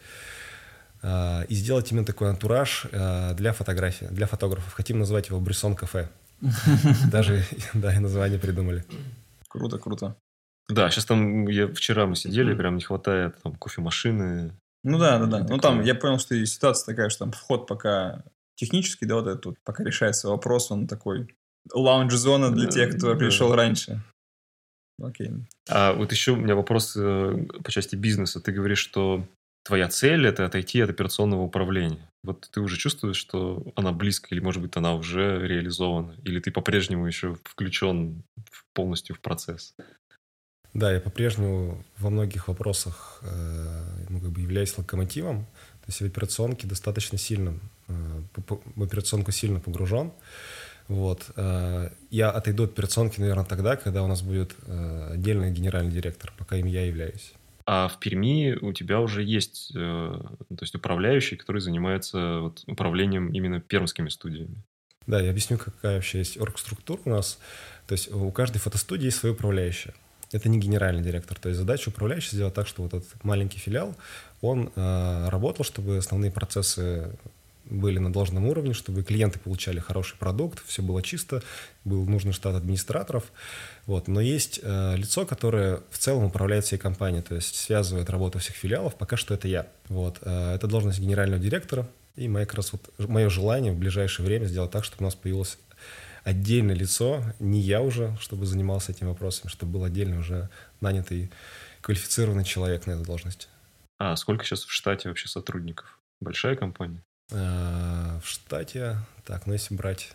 э, и сделать именно такой антураж э, для фотографии, для фотографов. Хотим назвать его Брессон кафе. Даже, да, и название придумали. Круто, круто. Да, сейчас там, я, вчера мы сидели, прям не хватает там кофемашины. Ну да, да, да. Ну там я понял, что ситуация такая, что там вход пока технический, да, вот этот вот, пока решается вопрос, он такой лаунж-зона для тех, кто пришел раньше. Окей. А вот еще у меня вопрос э, по части бизнеса. Ты говоришь, что твоя цель – это отойти от операционного управления. Вот ты уже чувствуешь, что она близко, или, может быть, она уже реализована? Или ты по-прежнему еще включен полностью в процесс? Да, я по-прежнему во многих вопросах э, ну, как бы являюсь локомотивом. То есть в операционке достаточно сильно, э, в операционку сильно погружен. Вот. Я отойду от операционки, наверное, тогда, когда у нас будет отдельный генеральный директор, пока им я являюсь. А в Перми у тебя уже есть то есть управляющий, который занимается вот управлением именно пермскими студиями. Да, я объясню, какая вообще есть оргструктура у нас. То есть у каждой фотостудии есть свой управляющий. Это не генеральный директор. То есть задача управляющего сделать так, чтобы вот этот маленький филиал, он э, работал, чтобы основные процессы были на должном уровне, чтобы клиенты получали хороший продукт, все было чисто, был нужный штат администраторов. Вот. Но есть э, лицо, которое в целом управляет всей компанией, то есть связывает работу всех филиалов, пока что это я. Вот. Э, это должность генерального директора, и мое, как раз вот, мое желание в ближайшее время сделать так, чтобы у нас появилось отдельное лицо, не я уже, чтобы занимался этим вопросом, чтобы был отдельно уже нанятый квалифицированный человек на эту должность. А сколько сейчас в штате вообще сотрудников? Большая компания? В штате, так, ну если брать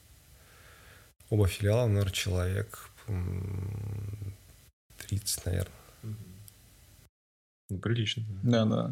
оба филиала, наверное, человек тридцать, наверное. Ну, прилично. Да, да.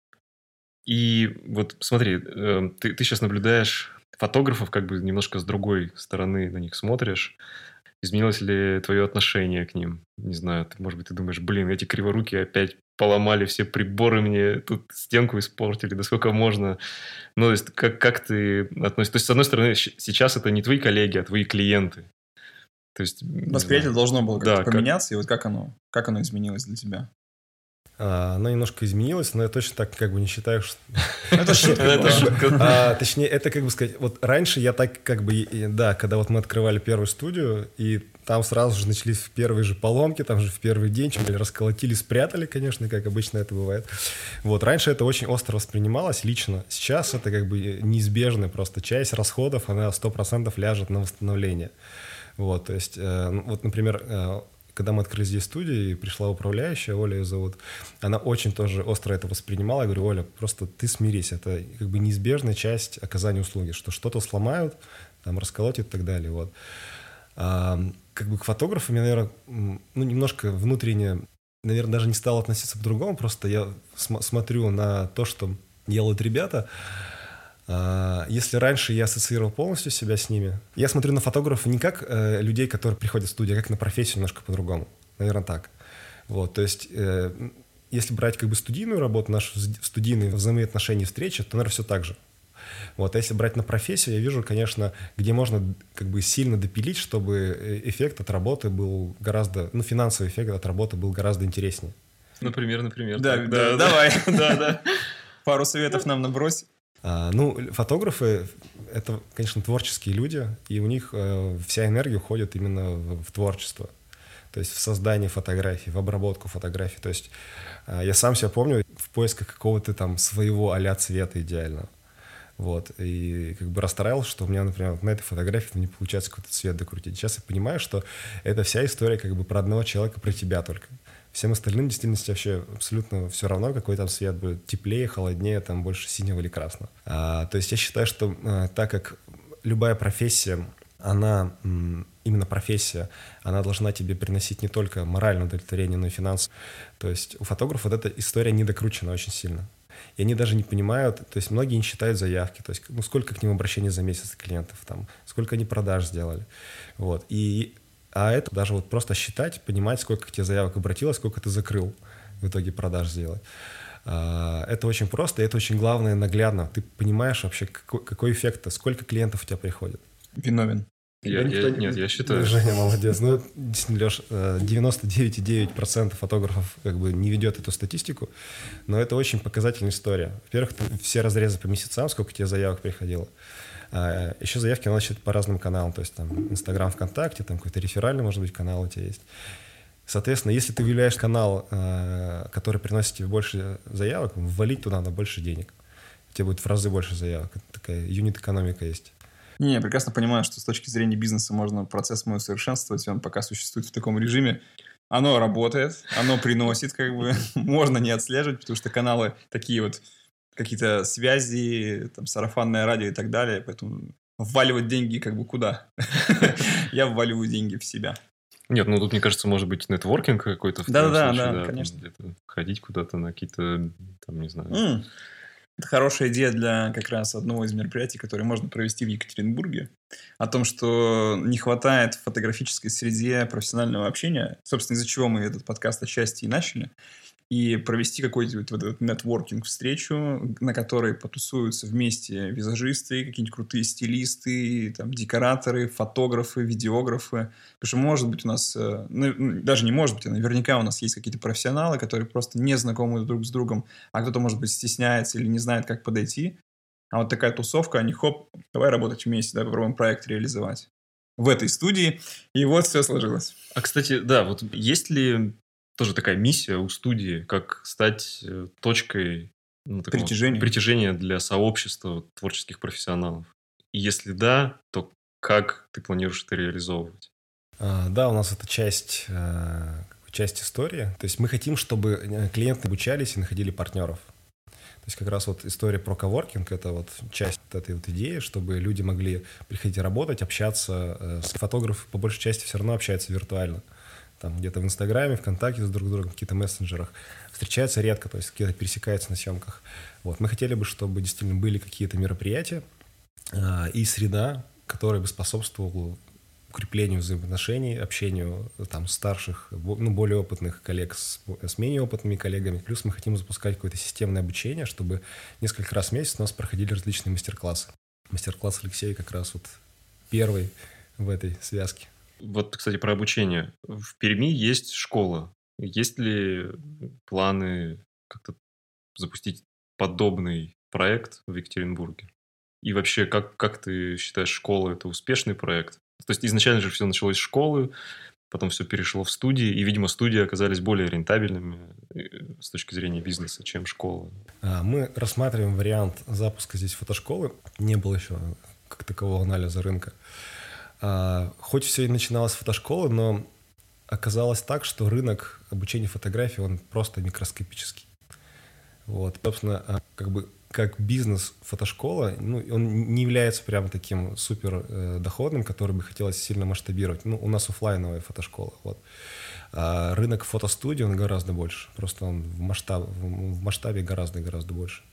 И вот смотри, э, ты, ты сейчас наблюдаешь фотографов, как бы немножко с другой стороны на них смотришь. Изменилось ли твое отношение к ним? Не знаю, ты, может быть, ты думаешь, блин, эти криворукие опять поломали все приборы, мне тут стенку испортили, да сколько можно. Ну, то есть, как, как ты относишься? То есть, с одной стороны, щ- сейчас это не твои коллеги, а твои клиенты. То есть, не Восприятие знаю. должно было как-то Да, как- поменяться, и вот как оно, как оно изменилось для тебя? А, Оно немножко изменилось, но я точно так как бы не считаю, что... Это шутка Это была. шутка. А, точнее, это как бы сказать, вот раньше я так как бы, и- да, когда вот мы открывали первую студию, и там сразу же начались в первые же поломки, там же в первый день, чем расколотили, спрятали, конечно, как обычно это бывает. Вот, раньше это очень остро воспринималось лично, сейчас это как бы неизбежная просто часть расходов, она сто процентов ляжет на восстановление. Вот, то есть, э, ну, вот, например, э, когда мы открыли здесь студию, и пришла управляющая, Оля ее зовут, она очень тоже остро это воспринимала. Я говорю, Оля, просто ты смирись, это как бы неизбежная часть оказания услуги, что что-то сломают, там, расколотят и так далее. Вот. А, как бы к фотографам я, наверное, м, ну, немножко внутренне, наверное, даже не стал относиться по-другому, просто я см- смотрю на то, что делают ребята. А, Если раньше я ассоциировал полностью себя с ними, я смотрю на фотографов не как э, людей, которые приходят в студию, а как на профессию немножко по-другому. Наверное, так. Вот, то есть, э, если брать как бы студийную работу, наши вз- студийные взаимоотношения, встречи, то, наверное, все так же. Вот, а если брать на профессию, я вижу, конечно, где можно как бы сильно допилить, чтобы э, эффект от работы был гораздо, ну, финансовый эффект от работы был гораздо интереснее. Например, например. Да, так, да, давай. Да, да. Пару советов нам набрось. А, ну, фотографы — это, конечно, творческие люди, и у них э, вся энергия уходит именно в, в творчество. То есть в создание фотографий, в обработку фотографий. То есть э, я сам себя помню в поисках какого-то там своего а-ля цвета идеального. Вот. И как бы расстраивался, что у меня, например, вот на этой фотографии не получается какой-то цвет докрутить. Сейчас я понимаю, что это вся история как бы про одного человека, про тебя только. Всем остальным в действительности вообще абсолютно все равно, какой там цвет будет, теплее, холоднее, там больше синего или красного. А, то есть я считаю, что а, так как любая профессия, она, м, именно профессия, она должна тебе приносить не только моральное удовлетворение, но и финансовое. То есть у фотографов вот эта история не докручена очень сильно. И они даже не понимают, то есть многие не считают заявки, то есть ну, сколько к ним обращений за месяц клиентов, там, сколько они продаж сделали. Вот. И А это даже вот просто считать, понимать, сколько к тебе заявок обратилось, сколько ты закрыл в итоге продаж сделать. Это очень просто, и это очень главное, наглядно. Ты понимаешь вообще, какой, какой эффект, сколько клиентов у тебя приходит. Виновен. Я, никто я- не- нет, я считаю... Женя молодец. Ну, действительно, Леш, девяносто девять и девять десятых процента фотографов как бы не ведет эту статистику, но это очень показательная история. Во-первых, ты все разрезы по месяцам, сколько тебе заявок приходило. А еще заявки надо считать по разным каналам, то есть там Инстаграм, ВКонтакте, там какой-то реферальный, может быть, канал у тебя есть. Соответственно, если ты выявляешь канал, э, который приносит тебе больше заявок, ввалить туда надо больше денег. У тебя будет в разы больше заявок. Это такая юнит-экономика есть. Не, я прекрасно понимаю, что с точки зрения бизнеса можно процесс мой усовершенствовать, и он пока существует в таком режиме. Оно работает, оно приносит, как бы, можно не отслеживать, потому что каналы такие вот, какие-то связи, там, сарафанное радио и так далее, поэтому вваливать деньги как бы куда? Я вваливаю деньги в себя. Нет, ну тут, мне кажется, может быть нетворкинг какой-то в Да-да-да, твоем случае, да, там конечно. где-то ходить куда-то на какие-то, там, не знаю... М, Это хорошая идея для как раз одного из мероприятий, которое можно провести в Екатеринбурге. О том, что не хватает в фотографической среде профессионального общения. Собственно, из-за чего мы этот подкаст отчасти и начали. И провести какой-то вот этот нетворкинг-встречу, на которой потусуются вместе визажисты, какие-нибудь крутые стилисты, там, декораторы, фотографы, видеографы. Потому что, может быть, у нас, э, ну, даже не может быть, а наверняка у нас есть какие-то профессионалы, которые просто не знакомы друг с другом, а кто-то, может быть, стесняется или не знает, как подойти. А вот такая тусовка, они, хоп, давай работать вместе, давай попробуем проект реализовать. В этой студии. И вот все сложилось. А, кстати, да, вот есть ли тоже такая миссия у студии, как стать э, точкой ну, такого Притяжения. притяжения для сообщества творческих профессионалов? И если да, то как ты планируешь это реализовывать? А, Да, у нас это часть, э, часть истории. То есть мы хотим, чтобы э, клиенты обучались и находили партнеров. То есть как раз вот история про коворкинг — это вот часть вот этой вот идеи, чтобы люди могли приходить работать, общаться. э, С фотографом по большей части все равно общаются виртуально. там где-то в Инстаграме, ВКонтакте с друг другом, в каких-то мессенджерах, встречаются редко, то есть где-то пересекаются на съемках. Вот. Мы хотели бы, чтобы действительно были какие-то мероприятия э, и среда, которая бы способствовала укреплению взаимоотношений, общению там старших, ну, более опытных коллег с, с менее опытными коллегами. Плюс мы хотим запускать какое-то системное обучение, чтобы несколько раз в месяц у нас проходили различные мастер-классы. Мастер-класс Алексея как раз вот первый в этой связке. Вот, кстати, про обучение. В Перми есть школа. Есть ли планы как-то запустить подобный проект в Екатеринбурге? И вообще, как, как ты считаешь, школа – это успешный проект? То есть изначально же все началось с школы, потом все перешло в студии, и, видимо, студии оказались более рентабельными с точки зрения бизнеса, чем школа. Мы рассматриваем вариант запуска здесь фотошколы. Не было еще как такового анализа рынка. Хоть все и начиналось с фотошколы, но оказалось так, что рынок обучения фотографии, он просто микроскопический. Вот, собственно, как бы как бизнес фотошкола, ну, он не является прям таким супер э, доходным, который бы хотелось сильно масштабировать. Ну, у нас офлайновая фотошкола. Вот. А рынок фотостудии, он гораздо больше. Просто он в, масштаб, в, в масштабе гораздо-гораздо больше.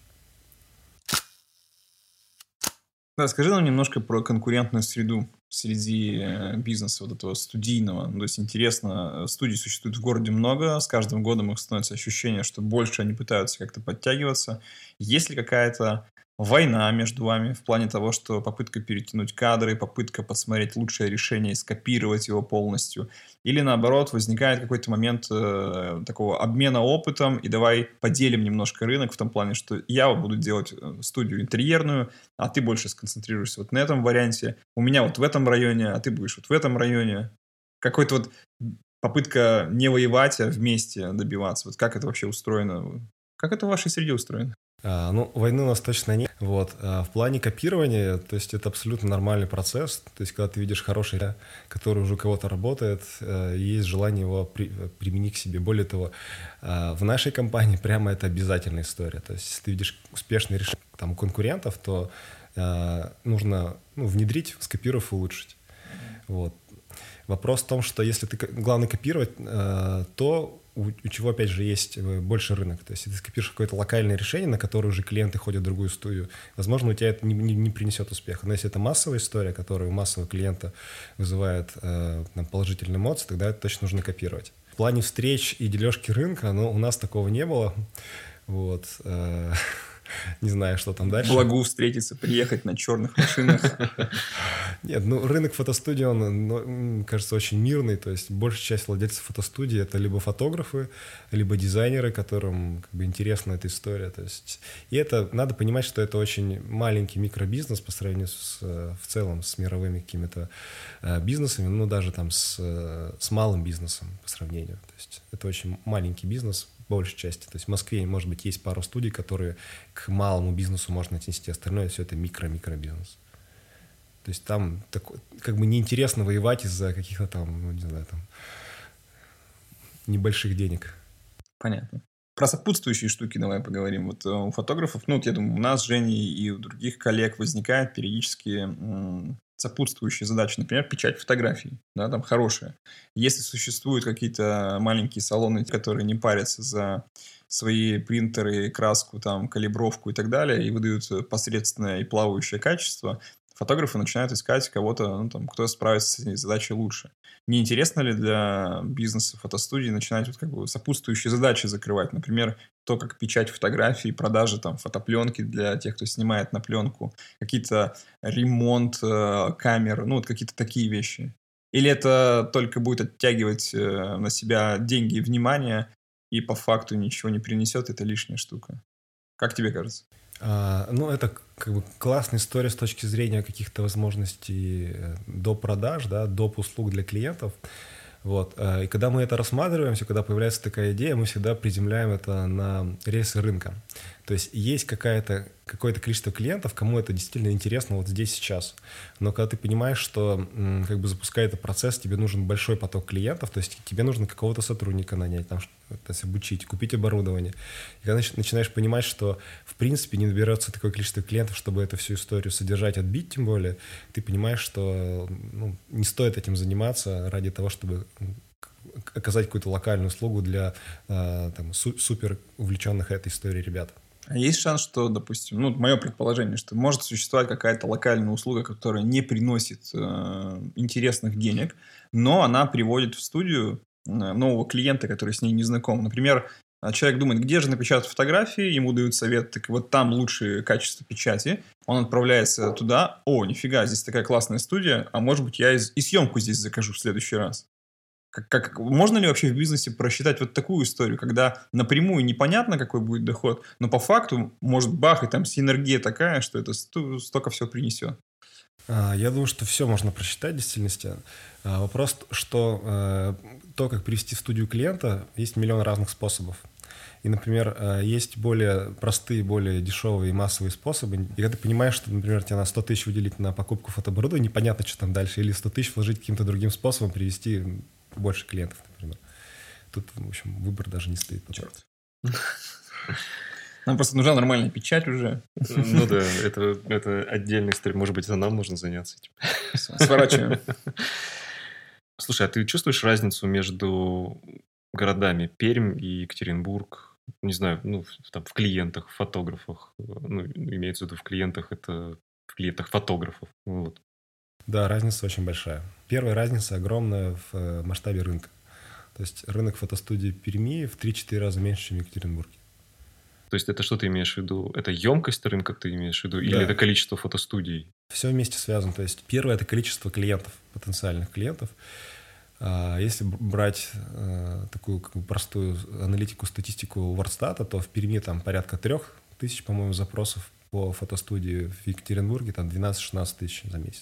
Да, скажи нам немножко про конкурентную среду среди бизнеса вот этого студийного. То есть интересно, студий существует в городе много, с каждым годом их становится ощущение, что больше они пытаются как-то подтягиваться. Есть ли какая-то война между вами в плане того, что попытка перетянуть кадры, попытка подсмотреть лучшее решение и скопировать его полностью? Или наоборот, возникает какой-то момент э, такого обмена опытом, и давай поделим немножко рынок в том плане, что я вот буду делать студию интерьерную, а ты больше сконцентрируешься вот на этом варианте, у меня вот в этом районе, а ты будешь вот в этом районе. Какой-то вот попытка не воевать, а вместе добиваться. Вот как это вообще устроено? Как это в вашей среде устроено? А, ну, войны у нас точно нет. Вот. А в плане копирования, то есть это абсолютно нормальный процесс. То есть когда ты видишь хороший, который уже у кого-то работает, есть желание его при, применить к себе. Более того, в нашей компании прямо это обязательная история. То есть если ты видишь успешные решения там, конкурентов, то э, нужно ну, внедрить, скопировав, улучшить. Вот. Вопрос в том, что если ты главное копировать, э, то у, у чего, опять же, есть больше рынок. То есть, если ты скопируешь какое-то локальное решение, на которое уже клиенты ходят в другую студию, возможно, у тебя это не, не, не принесет успеха. Но если это массовая история, которая у массового клиента вызывает э, там, положительные эмоции, тогда это точно нужно копировать. В плане встреч и дележки рынка, ну, у нас такого не было. Вот. Э, Не знаю, что там дальше. Благу встретиться, приехать на черных машинах. Нет, ну рынок фотостудии, он, ну, кажется, очень мирный. То есть большая часть владельцев фотостудии — это либо фотографы, либо дизайнеры, которым как бы интересна эта история. То есть, и это надо понимать, что это очень маленький микробизнес по сравнению с, в целом с мировыми какими-то бизнесами, ну даже там с, с малым бизнесом по сравнению. То есть это очень маленький бизнес, большей части. То есть в Москве, может быть, есть пару студий, которые к малому бизнесу можно отнести, остальное все это микро-микробизнес. То есть там такой, как бы неинтересно воевать из-за каких-то там, ну, не знаю, там небольших денег. Понятно. Про сопутствующие штуки давай поговорим. Вот у фотографов, ну, вот я думаю, у нас, Жени, и у других коллег возникает периодически м- сопутствующие задачи. Например, печать фотографий, да, там хорошая. Если существуют какие-то маленькие салоны, которые не парятся за свои принтеры, краску, там, калибровку и так далее, и выдают посредственное и плавающее качество, фотографы начинают искать кого-то, ну, там, кто справится с этой задачей лучше. Не интересно ли для бизнеса фотостудии начинать вот как бы сопутствующие задачи закрывать? Например, то, как печать фотографий, продажи там фотопленки для тех, кто снимает на пленку, какие-то ремонт э, камер, ну вот какие-то такие вещи. Или это только будет оттягивать э, на себя деньги и внимание, и по факту ничего не принесет, это лишняя штука. Как тебе кажется? А, ну, это как бы классная история с точки зрения каких-то возможностей доп. Продаж, да, доп. Услуг для клиентов. Вот. И когда мы это рассматриваем, когда появляется такая идея, мы всегда приземляем это на рельсы рынка. То есть есть какая-то, какое-то количество клиентов, кому это действительно интересно вот здесь, сейчас. Но когда ты понимаешь, что как бы запуская этот процесс, тебе нужен большой поток клиентов, то есть тебе нужно какого-то сотрудника нанять, там, то есть обучить, купить оборудование. И когда начинаешь понимать, что в принципе не наберется такое количество клиентов, чтобы эту всю историю содержать, отбить тем более, ты понимаешь, что ну, не стоит этим заниматься ради того, чтобы оказать какую-то локальную услугу для э, там, су- супер увлеченных этой историей ребят. А есть шанс, что, допустим, ну, мое предположение, что может существовать какая-то локальная услуга, которая не приносит э, интересных денег, но она приводит в студию э, нового клиента, который с ней не знаком. Например, человек думает, где же напечатать фотографии, ему дают совет, так вот там лучшее качество печати, он отправляется туда, о, нифига, здесь такая классная студия, а может быть я и, и съемку здесь закажу в следующий раз. Как, как, можно ли вообще в бизнесе просчитать вот такую историю, когда напрямую непонятно, какой будет доход, но по факту может бах, и там синергия такая, что это сто, столько всего принесет? Я думаю, что все можно просчитать в действительности. Вопрос, что то, как привести в студию клиента, есть миллион разных способов. И, например, есть более простые, более дешевые и массовые способы. И когда ты понимаешь, что, например, тебе на сто тысяч выделить на покупку фотооборудования, непонятно, что там дальше, или сто тысяч вложить каким-то другим способом, привести больше клиентов, например. Тут, в общем, выбор даже не стоит. Черт. Нам просто нужна нормальная печать уже. Ну да, это, это отдельная история. Может быть, это нам нужно заняться этим. Сворачиваем. Слушай, а ты чувствуешь разницу между городами Пермь и Екатеринбург? Не знаю, ну, там, в клиентах, в фотографах. Ну, имеется в виду в клиентах, это в клиентах фотографов. Вот. Да, разница очень большая. Первая разница огромная в масштабе рынка. То есть рынок фотостудии Перми в три-четыре раза меньше, чем в Екатеринбурге. То есть это что ты имеешь в виду? Это емкость рынка ты имеешь в виду? Или Да. это количество фотостудий? Все вместе связано. То есть первое – это количество клиентов, потенциальных клиентов. Если брать такую как бы простую аналитику, статистику Вордстата, то в Перми там порядка трех тысяч, по-моему, запросов по фотостудии, в Екатеринбурге там двенадцать-шестнадцать тысяч за месяц.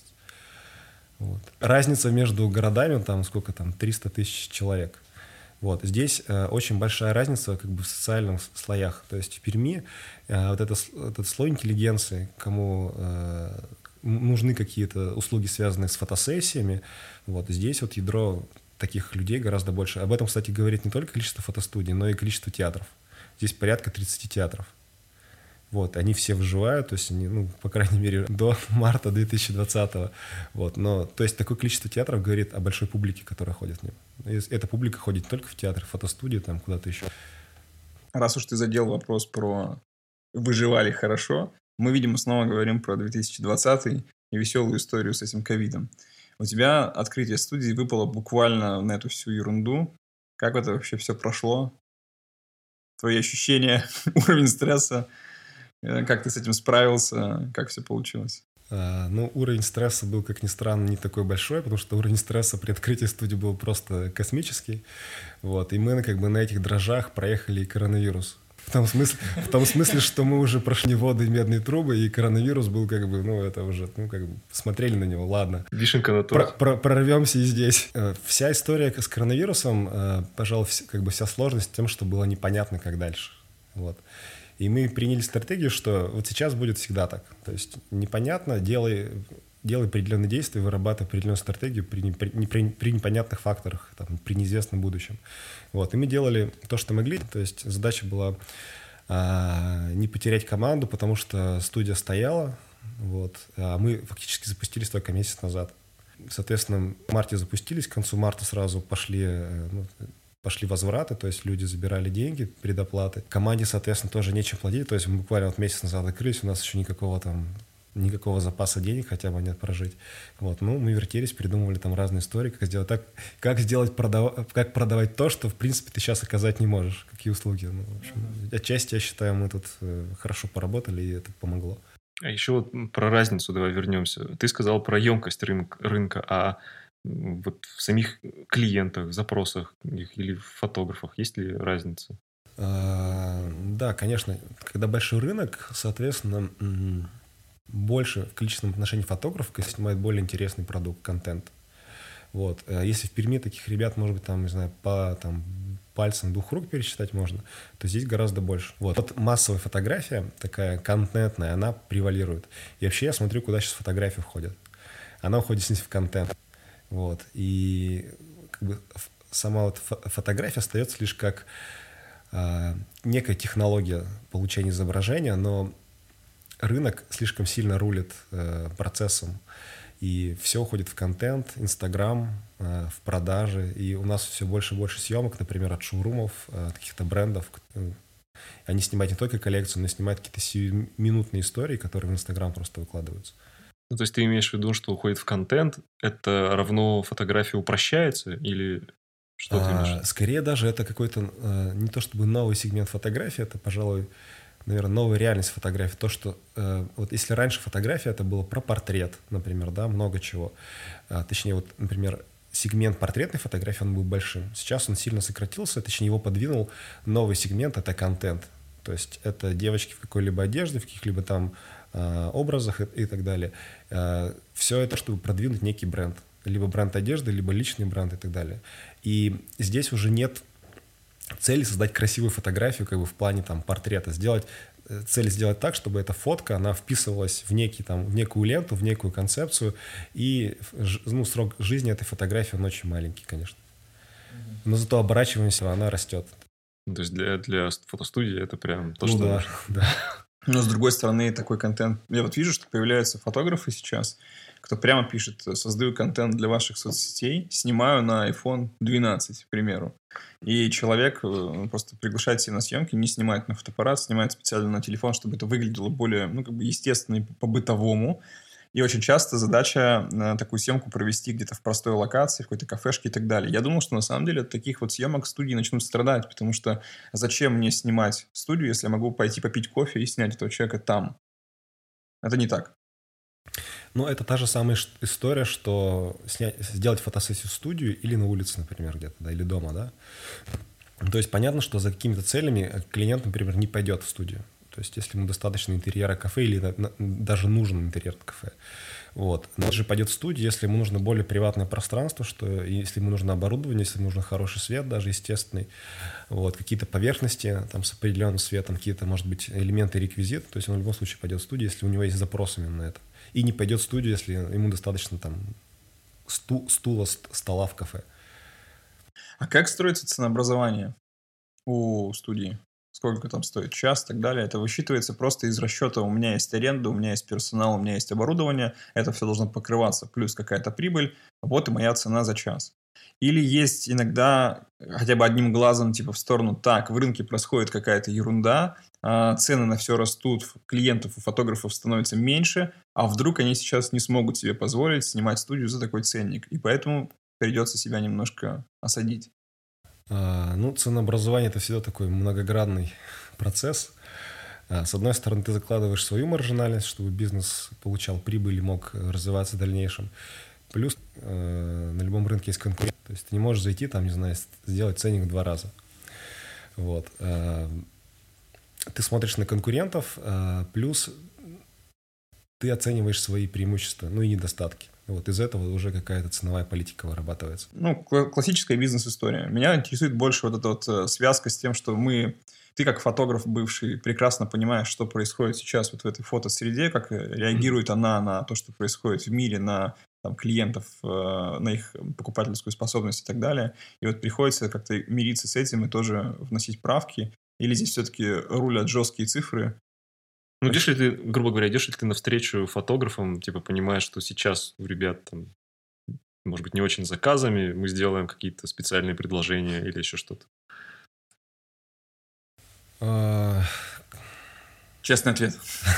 Вот. Разница между городами, там сколько там, триста тысяч человек. Вот. Здесь э, очень большая разница как бы в социальных слоях. То есть в Перми э, вот это, этот слой интеллигенции, кому э, нужны какие-то услуги, связанные с фотосессиями, вот. Здесь вот ядро таких людей гораздо больше. Об этом, кстати, говорит не только количество фотостудий, но и количество театров. Здесь порядка тридцать театров. Вот, они все выживают, то есть они, ну, по крайней мере, до марта две тысячи двадцатого. Вот, но, то есть такое количество театров говорит о большой публике, которая ходит в нем. И эта публика ходит не только в театр, в фотостудии, там куда-то еще. Раз уж ты задел вопрос про выживали хорошо, мы, видимо, снова говорим про две тысячи двадцатый и веселую историю с этим ковидом. У тебя открытие студии выпало буквально на эту всю ерунду. Как это вообще все прошло? Твои ощущения, уровень стресса? Как ты с этим справился? Как все получилось? А, ну, уровень стресса был, как ни странно, не такой большой, потому что уровень стресса при открытии студии был просто космический. Вот, и мы как бы на этих дрожжах проехали и коронавирус. В том смысле, в том смысле, что мы уже прошли воды и медные трубы, и коронавирус был как бы, ну, это уже, ну, как бы смотрели на него, ладно. Вишенка на торте. Про- про- прорвемся и здесь. Вся история с коронавирусом, пожалуй, как бы вся сложность в том, что было непонятно, как дальше. Вот. И мы приняли стратегию, что вот сейчас будет всегда так. То есть непонятно, делай, делай определенные действия, вырабатывай определенную стратегию при, при, при, при непонятных факторах, там, при неизвестном будущем. Вот. И мы делали то, что могли. То есть задача была а, не потерять команду, потому что студия стояла. Вот. А мы фактически запустились только месяц назад. Соответственно, в марте запустились, к концу марта сразу пошли... Ну, пошли возвраты, то есть люди забирали деньги, предоплаты. Команде, соответственно, тоже нечем платить, то есть мы буквально вот месяц назад открылись, у нас еще никакого там, никакого запаса денег хотя бы нет прожить. Вот, ну, мы вертелись, придумывали там разные истории, как сделать так, как сделать, продав... как продавать то, что, в принципе, ты сейчас оказать не можешь, какие услуги. Ну, в общем, отчасти, я считаю, мы тут хорошо поработали, и это помогло. А еще вот про разницу давай вернемся. Ты сказал про емкость рынка, рынка а вот в самих клиентах, запросах или в фотографах есть ли разница? А, да, конечно. Когда большой рынок, соответственно, больше в количественном отношении фотографов снимает более интересный продукт, контент. Вот. Если в Перми таких ребят, может быть, там, не знаю, по там, пальцам двух рук пересчитать можно, то здесь гораздо больше. Вот. Вот массовая фотография, такая контентная, она превалирует. И вообще я смотрю, куда сейчас фотографии входят. Она уходит здесь в контент. Вот. И как бы сама вот фотография остается лишь как э, некая технология получения изображения, но рынок слишком сильно рулит э, процессом. И все уходит в контент, Инстаграм, в продажи. И у нас все больше и больше съемок, например, от шоурумов, от каких-то брендов. Они снимают не только коллекцию, но и снимают какие-то сиюминутные истории, которые в Инстаграм просто выкладываются. Ну, то есть ты имеешь в виду, что уходит в контент, это равно фотография упрощается или что ты имеешь в виду? Скорее даже это какой-то, не то чтобы новый сегмент фотографии, это, пожалуй, наверное, новая реальность фотографии. То, что вот если раньше фотография это было про портрет, например, да, много чего. Точнее, вот, например, сегмент портретной фотографии, он был большим. Сейчас он сильно сократился, точнее, его подвинул новый сегмент, это контент. То есть это девочки в какой-либо одежде, в каких-либо там э, образах и, и так далее. Э, все это, чтобы продвинуть некий бренд. Либо бренд одежды, либо личный бренд и так далее. И здесь уже нет цели создать красивую фотографию как бы в плане там, портрета. Сделать, цель сделать так, чтобы эта фотка, она вписывалась в, некий, там, в некую ленту, в некую концепцию. И ну, срок жизни этой фотографии, он очень маленький, конечно. Но зато оборачиваемся, она растет. То есть для, для фотостудии это прям то, ну, что да, нужно. Да. Но, с другой стороны, такой контент... Я вот вижу, что появляются фотографы сейчас, кто прямо пишет: создаю контент для ваших соцсетей, снимаю на айфон двенадцать, к примеру. И человек просто приглашает себя на съемки, не снимает на фотоаппарат, снимает специально на телефон, чтобы это выглядело более, ну, как бы естественно и по-бытовому. И очень часто задача такую съемку провести где-то в простой локации, в какой-то кафешке и так далее. Я думал, что на самом деле от таких вот съемок студии начнут страдать, потому что зачем мне снимать студию, если я могу пойти попить кофе и снять этого человека там? Это не так. Ну, это та же самая история, что снять, сделать фотосессию в студию или на улице, например, где-то, да, или дома, да. То есть понятно, что за какими-то целями клиент, например, не пойдет в студию. То есть если ему достаточно интерьера кафе или на, на, даже нужен интерьер кафе. Вот. Но он же пойдет в студию, если ему нужно более приватное пространство, что если ему нужно оборудование, если ему нужен хороший свет, даже естественный, вот, какие-то поверхности там, с определенным светом, какие-то, может быть, элементы реквизита, то есть он в любом случае пойдет в студию, если у него есть запрос именно на это. И не пойдет в студию, если ему достаточно там сту, стула, стола в кафе. А как строится ценообразование у студии? Сколько там стоит час и так далее. Это высчитывается просто из расчета: у меня есть аренда, у меня есть персонал, у меня есть оборудование. Это все должно покрываться, плюс какая-то прибыль. Вот и моя цена за час. Или есть иногда хотя бы одним глазом типа в сторону: так, в рынке происходит какая-то ерунда, цены на все растут, клиентов у фотографов становится меньше, а вдруг они сейчас не смогут себе позволить снимать студию за такой ценник. И поэтому придется себя немножко осадить. Ну, ценообразование – это всегда такой многогранный процесс. С одной стороны, ты закладываешь свою маржинальность, чтобы бизнес получал прибыль и мог развиваться в дальнейшем. Плюс э, на любом рынке есть конкурент. То есть ты не можешь зайти, там, не знаю, сделать ценник в два раза. Вот. Э, ты смотришь на конкурентов, э, плюс ты оцениваешь свои преимущества, ну и недостатки. Вот из этого уже какая-то ценовая политика вырабатывается. Ну, классическая бизнес-история. Меня интересует больше вот эта вот связка с тем, что мы... Ты как фотограф бывший прекрасно понимаешь, что происходит сейчас вот в этой фотосреде, как реагирует она на то, что происходит в мире, на там, клиентов, на их покупательскую способность и так далее. И вот приходится как-то мириться с этим и тоже вносить правки. Или здесь все-таки рулят жесткие цифры? Ну, идешь ли ты, грубо говоря, идешь ли ты навстречу фотографам, типа, понимаешь, что сейчас у ребят, там, может быть, не очень с заказами, мы сделаем какие-то специальные предложения или еще что-то? Честный ответ.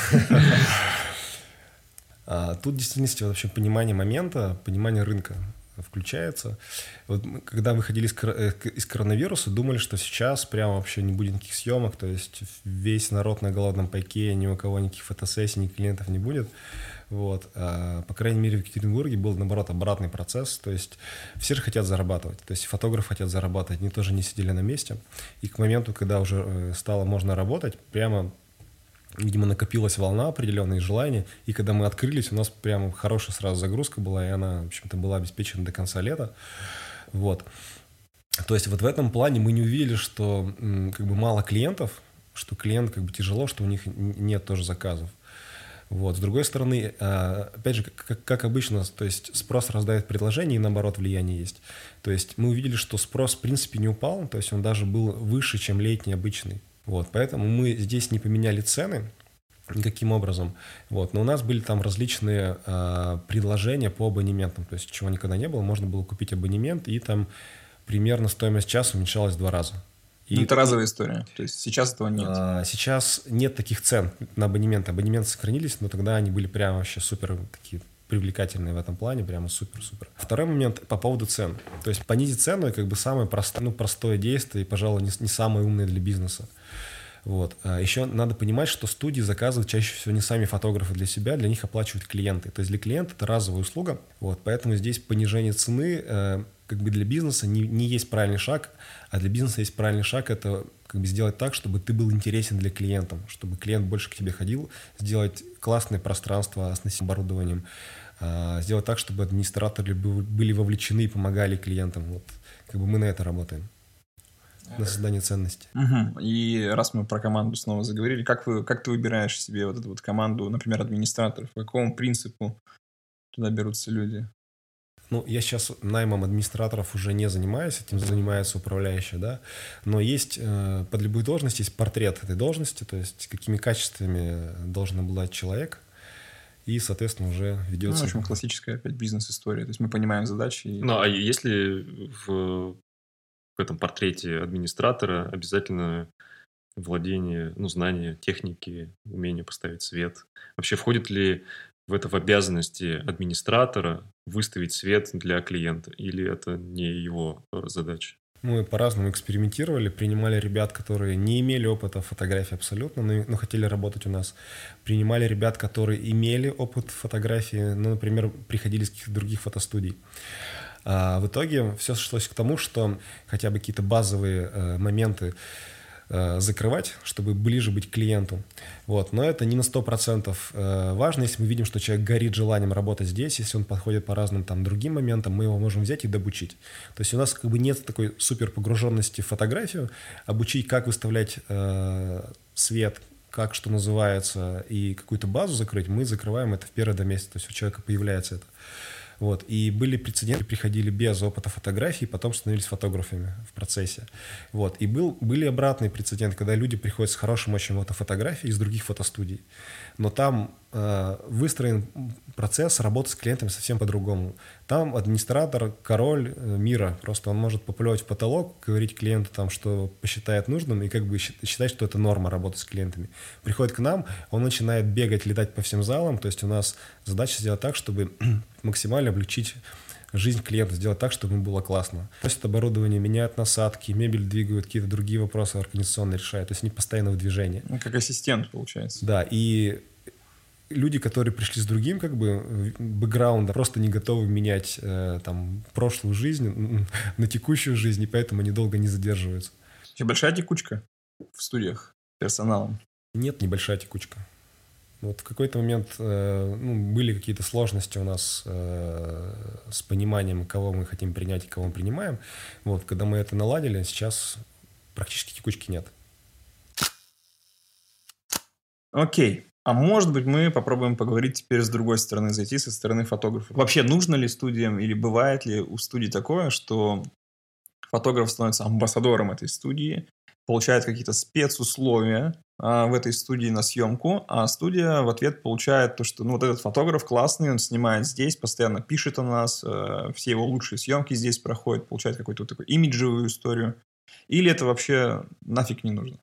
Тут в действительности вообще понимание момента, понимание рынка включается. Вот мы, когда выходили из, из коронавируса, думали, что сейчас прямо вообще не будет никаких съемок, то есть весь народ на голодном пайке, ни у кого никаких фотосессий, ни клиентов не будет. Вот. А, по крайней мере, в Екатеринбурге был, наоборот, обратный процесс, то есть все же хотят зарабатывать, то есть фотографы хотят зарабатывать, они тоже не сидели на месте. И к моменту, когда уже стало можно работать, прямо... Видимо, накопилась волна определенных желаний, и когда мы открылись, у нас прям хорошая сразу загрузка была, и она, в общем-то, была обеспечена до конца лета. Вот. То есть вот в этом плане мы не увидели, что как бы мало клиентов, что клиент как бы тяжело, что у них нет тоже заказов. Вот. С другой стороны, опять же, как, как обычно, то есть спрос рождает предложение, и наоборот влияние есть. То есть мы увидели, что спрос в принципе не упал, то есть он даже был выше, чем летний обычный. Вот, поэтому мы здесь не поменяли цены, никаким образом. Вот. Но у нас были там различные э, предложения по абонементам, то есть чего никогда не было, можно было купить абонемент, и там примерно стоимость часа уменьшалась в два раза. И ну, это разовая история, то есть сейчас этого нет. А, сейчас нет таких цен на абонементы. Абонементы сохранились, но тогда они были прям вообще супер такие привлекательные в этом плане, прямо супер-супер. Второй момент по поводу цен. То есть понизить цену как бы самое простое, ну, простое действие и, пожалуй, не, не самое умное для бизнеса. Вот. А еще надо понимать, что студии заказывают чаще всего не сами фотографы для себя, для них оплачивают клиенты. То есть для клиента это разовая услуга, вот, поэтому здесь понижение цены э, как бы для бизнеса не, не есть правильный шаг, а для бизнеса есть правильный шаг — это как бы сделать так, чтобы ты был интересен для клиента, чтобы клиент больше к тебе ходил, сделать классное пространство с оборудованием, э, сделать так, чтобы администраторы были вовлечены и помогали клиентам. Вот. Как бы мы на это работаем. На создание ценности. Угу. И раз мы про команду снова заговорили, как, вы, как ты выбираешь себе вот эту вот команду, например, администраторов? По какому принципу туда берутся люди? Ну, я сейчас наймом администраторов уже не занимаюсь, этим занимается управляющая, да, но есть э, под любую должность есть портрет этой должности, то есть какими качествами должен обладать человек, и, соответственно, уже ведется... Ну, в общем, классическая опять бизнес-история, то есть мы понимаем задачи. И... Ну, а если в... в этом портрете администратора обязательно владение, ну, знание техники, умение поставить свет. Вообще входит ли в это в обязанности администратора выставить свет для клиента? Или это не его задача? Мы по-разному экспериментировали, принимали ребят, которые не имели опыта фотографии абсолютно, но, но хотели работать у нас. Принимали ребят, которые имели опыт фотографии, ну, например, приходили из каких-то других фотостудий. А в итоге все сошлось к тому, что хотя бы какие-то базовые э, моменты э, закрывать, чтобы ближе быть к клиенту. Вот. Но это не на сто процентов э, важно. Если мы видим, что человек горит желанием работать здесь, если он подходит по разным там, другим моментам, мы его можем взять и добучить. То есть у нас как бы нет такой супер погруженности в фотографию. Обучить, как выставлять э, свет, как что называется, и какую-то базу закрыть, мы закрываем это в первые два месяца. То есть у человека появляется это. Вот. И были прецеденты, приходили без опыта фотографии, потом становились фотографами в процессе. Вот. И был, были обратные прецеденты, когда люди приходят с хорошим очень опытом фотографии из других фотостудий. Но там э, выстроен процесс работы с клиентами совсем по-другому. Там администратор, король э, мира. Просто он может поплевать в потолок, говорить клиенту, там, что посчитает нужным, и как бы считать, что это норма работать с клиентами. Приходит к нам, он начинает бегать, летать по всем залам. То есть у нас задача сделать так, чтобы максимально облегчить жизнь клиента, сделать так, чтобы ему было классно. То есть оборудование меняют насадки, мебель двигают, какие-то другие вопросы организационно решают. То есть они постоянно в движении. Ну, как ассистент, получается. Да, и люди, которые пришли с другим как бы бэкграундом, просто не готовы менять э, там прошлую жизнь на текущую жизнь, и поэтому они долго не задерживаются. Еще большая текучка в студиях персоналом? Нет, небольшая текучка. Вот в какой-то момент э, ну, были какие-то сложности у нас э, с пониманием, кого мы хотим принять и кого мы принимаем. Вот, когда мы это наладили, сейчас практически текучки нет. Окей. А может быть, мы попробуем поговорить теперь с другой стороны, зайти со стороны фотографа. Вообще, нужно ли студиям или бывает ли у студий такое, что фотограф становится амбассадором этой студии, получает какие-то спецусловия а, в этой студии на съемку, а студия в ответ получает то, что ну, вот этот фотограф классный, он снимает здесь, постоянно пишет о нас, э, все его лучшие съемки здесь проходят, получает какую-то вот такую имиджевую историю. Или это вообще нафиг не нужно?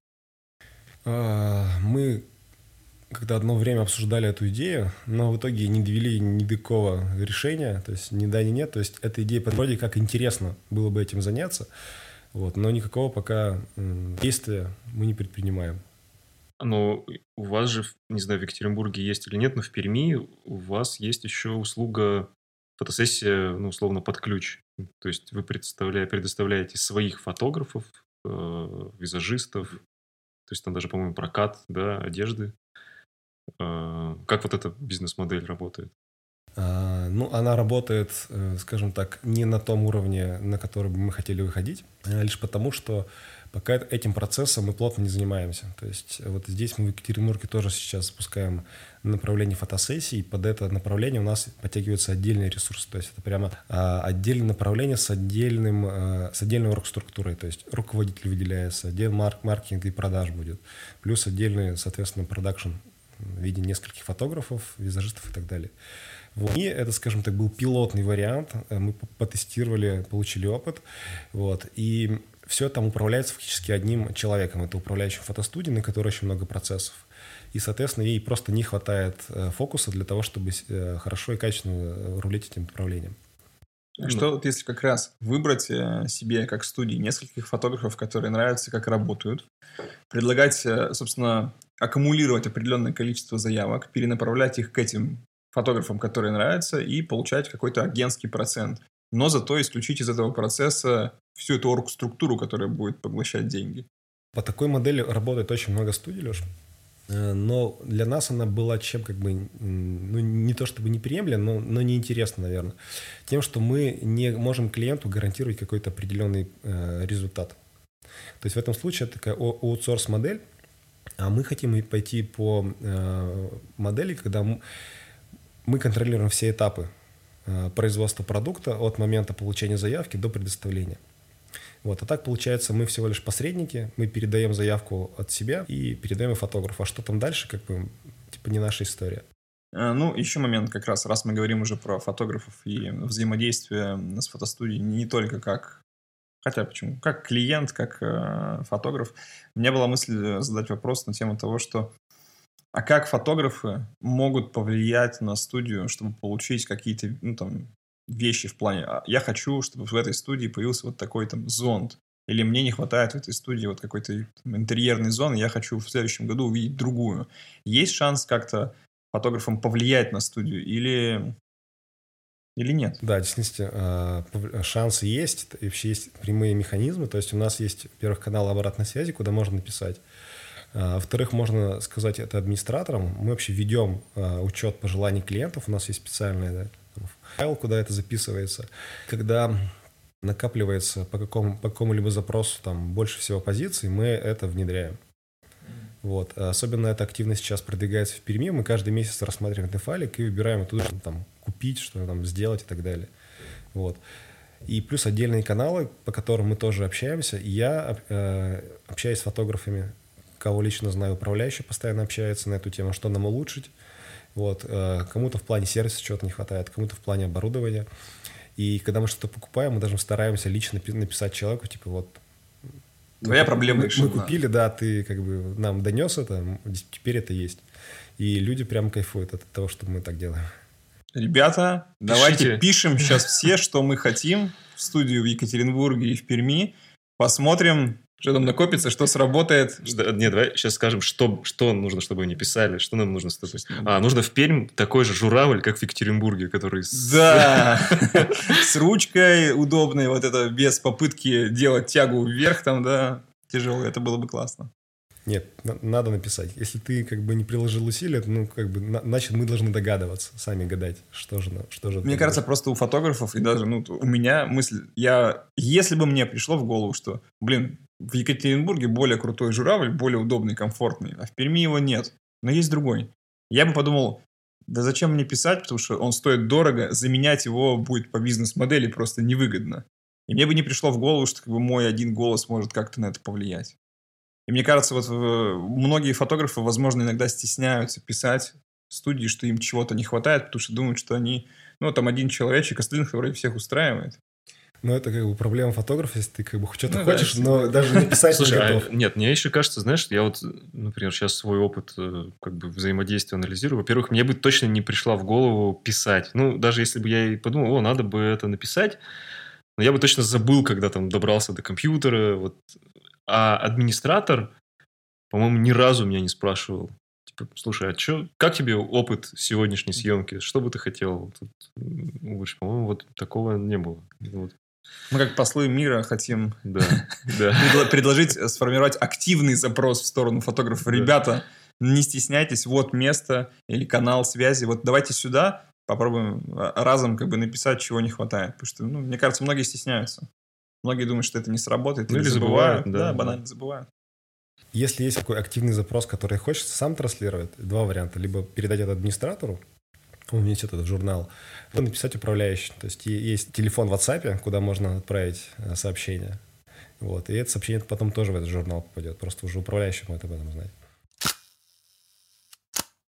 Мы когда одно время обсуждали эту идею, но в итоге не довели ни до какого решения, то есть ни да, ни нет. То есть эта идея вроде как интересно было бы этим заняться, вот, но никакого пока м, действия мы не предпринимаем. Но у вас же, не знаю, в Екатеринбурге есть или нет, но в Перми у вас есть еще услуга фотосессия, ну, условно, под ключ. То есть вы предоставляете, предоставляете своих фотографов, э, визажистов, то есть там даже, по-моему, прокат, да, одежды. Э, как вот эта бизнес-модель работает? А, ну, она работает, скажем так, не на том уровне, на который бы мы хотели выходить, а лишь потому, что пока этим процессом мы плотно не занимаемся. То есть вот здесь мы в Екатеринбурге тоже сейчас запускаем направление фотосессий, и под это направление у нас подтягивается отдельный ресурс. То есть это прямо а, отдельное направление с, отдельным, а, с отдельной оргструктурой. То есть руководитель выделяется, отдел марк- маркетинга и продаж будет, плюс отдельный, соответственно, продакшн в виде нескольких фотографов, визажистов и так далее. Вот. И это, скажем так, был пилотный вариант. Мы потестировали, получили опыт. Вот. И все там управляется фактически одним человеком. Это управляющим фотостудией, на которой очень много процессов. И, соответственно, ей просто не хватает фокуса для того, чтобы хорошо и качественно рулить этим направлением. А что вот если как раз выбрать себе как студии нескольких фотографов, которые нравятся, как работают, предлагать, собственно, аккумулировать определенное количество заявок, перенаправлять их к этим фотографам, которые нравятся, и получать какой-то агентский процент. Но зато исключить из этого процесса всю эту оргструктуру, которая будет поглощать деньги. По такой модели работает очень много студий, Леш. Но для нас она была чем как бы, ну не то чтобы неприемлема, но, но неинтересна, наверное. Тем, что мы не можем клиенту гарантировать какой-то определенный э, результат. То есть в этом случае это такая аутсорс-модель, а мы хотим пойти по э, модели, когда мы, мы контролируем все этапы э, производства продукта от момента получения заявки до предоставления. Вот. А так, получается, мы всего лишь посредники, мы передаем заявку от себя и передаем ее фотографу. А что там дальше, как бы, типа, не наша история. Ну, еще момент как раз, раз мы говорим уже про фотографов и взаимодействие с фотостудией не только как, хотя почему, как клиент, как э, фотограф. У меня была мысль задать вопрос на тему того, что а как фотографы могут повлиять на студию, чтобы получить какие-то, ну, там, вещи в плане, я хочу, чтобы в этой студии появился вот такой там зонд, или мне не хватает в этой студии вот какой-то там интерьерной зоны, я хочу в следующем году увидеть другую. Есть шанс как-то фотографам повлиять на студию или, или нет? Да, действительно, шансы есть, и вообще есть прямые механизмы, то есть у нас есть, во-первых, канал обратной связи, куда можно написать. Во-вторых, можно сказать это администраторам. Мы вообще ведем учет пожеланий клиентов, у нас есть специальный, да, файл, куда это записывается. Когда накапливается по, какому, по какому-либо запросу там больше всего позиций, мы это внедряем. Вот. Особенно эта активность сейчас продвигается в Перми. Мы каждый месяц рассматриваем этот файлик и выбираем оттуда, что там купить, что там сделать и так далее. Вот. И плюс отдельные каналы, по которым мы тоже общаемся. И я э, общаюсь с фотографами, кого лично знаю, управляющий постоянно общается на эту тему, что нам улучшить. Вот, кому-то в плане сервиса чего-то не хватает, кому-то в плане оборудования. И когда мы что-то покупаем, мы даже стараемся лично написать человеку, типа, вот... Твоя мы, проблема мы, решена. Мы купили, да, ты как бы нам донес это, теперь это есть. И люди прям кайфуют от того, что мы так делаем. Ребята, Пишите. Давайте пишем сейчас все, что мы хотим в студию в Екатеринбурге и в Перми. Посмотрим, что там накопится, что сработает. Нет, давай сейчас скажем, что, что нужно, чтобы они писали, что нам нужно. Чтобы... А, нужно в Пермь такой же журавль, как в Екатеринбурге, который... Да, с ручкой удобной, вот это без попытки делать тягу вверх там, да, тяжело, это было бы классно. Нет, на- надо написать. Если ты как бы не приложил усилия, ну как бы, на- значит мы должны догадываться, сами гадать, что же, на- что же. Мне кажется, просто у фотографов и даже ну, у меня мысль, я, если бы мне пришло в голову, что, блин, в Екатеринбурге более крутой журавль, более удобный, комфортный, а в Перми его нет, но есть другой. Я бы подумал, да зачем мне писать, потому что он стоит дорого, заменять его будет по бизнес-модели просто невыгодно. И мне бы не пришло в голову, что как бы, мой один голос может как-то на это повлиять. И мне кажется, вот многие фотографы, возможно, иногда стесняются писать в студии, что им чего-то не хватает, потому что думают, что они, ну, там один человечек, остальных вроде всех устраивает. Ну, это как бы проблема фотографа, если ты как бы что-то Ну, хочешь, да, но даже написать не Слушай, готов. а, нет, мне еще кажется, знаешь, я вот, например, сейчас свой опыт э, как бы взаимодействия анализирую. Во-первых, мне бы точно не пришла в голову писать. Ну, даже если бы я и подумал, о, надо бы это написать, но я бы точно забыл, когда там добрался до компьютера. Вот. А администратор, по-моему, ни разу меня не спрашивал. Типа, слушай, а чё, как тебе опыт сегодняшней съемки? Что бы ты хотел? Тут, лучше, по-моему, вот такого не было. Вот. Мы как послы мира хотим Да, да. предло- предложить сформировать активный запрос в сторону фотографов. Да. Ребята, не стесняйтесь, вот место или канал связи. Вот давайте сюда попробуем разом как бы написать, чего не хватает. Потому что, ну, мне кажется, многие стесняются. Многие думают, что это не сработает. Ну, или или забывают. забывают, да, Да, да. банально забывают. Если есть такой активный запрос, который хочется сам транслировать, два варианта. Либо передать это администратору, он внесет этот журнал, либо написать управляющему. То есть есть телефон в WhatsApp, куда можно отправить э, сообщение. Вот. И это сообщение потом тоже в этот журнал попадет. Просто уже управляющему это об этом знать.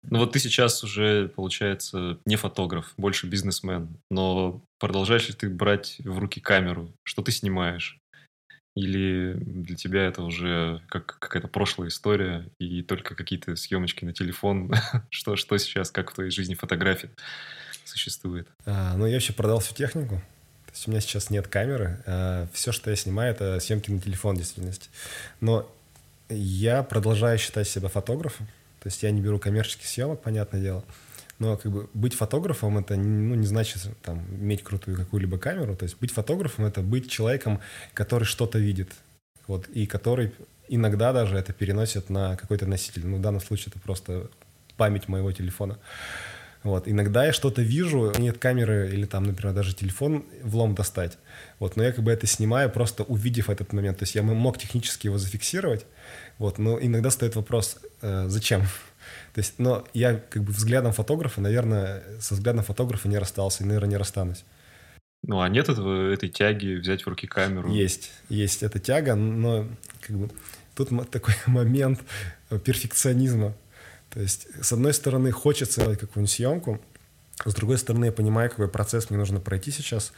Ну вот ты сейчас уже, получается, не фотограф, больше бизнесмен, но продолжаешь ли ты брать в руки камеру? Что ты снимаешь? Или для тебя это уже как какая-то прошлая история и только какие-то съемочки на телефон? Что, что сейчас, как в твоей жизни фотография существует? А, ну, я вообще продал всю технику. То есть у меня сейчас нет камеры. А, все, что я снимаю, это съемки на телефон в действительности. Но я продолжаю считать себя фотографом. То есть я не беру коммерческих съемок, понятное дело. Но как бы быть фотографом — это ну, не значит там, иметь крутую какую-либо камеру. То есть быть фотографом — это быть человеком, который что-то видит. Вот, и который иногда даже это переносит на какой-то носитель. Ну, в данном случае это просто память моего телефона. Вот. Иногда я что-то вижу, нет камеры или там, например, даже телефон влом достать. Вот. Но я как бы это снимаю, просто увидев этот момент. То есть я мог технически его зафиксировать, вот. Но иногда стоит вопрос, э, зачем? То есть, но я как бы взглядом фотографа, наверное, со взглядом фотографа не расстался и, наверное, не расстанусь. Ну, а нет этого, этой тяги взять в руки камеру? Есть, есть эта тяга, но как бы тут такой момент перфекционизма. То есть, с одной стороны, хочется делать какую-нибудь съемку, с другой стороны, я понимаю, какой процесс мне нужно пройти сейчас,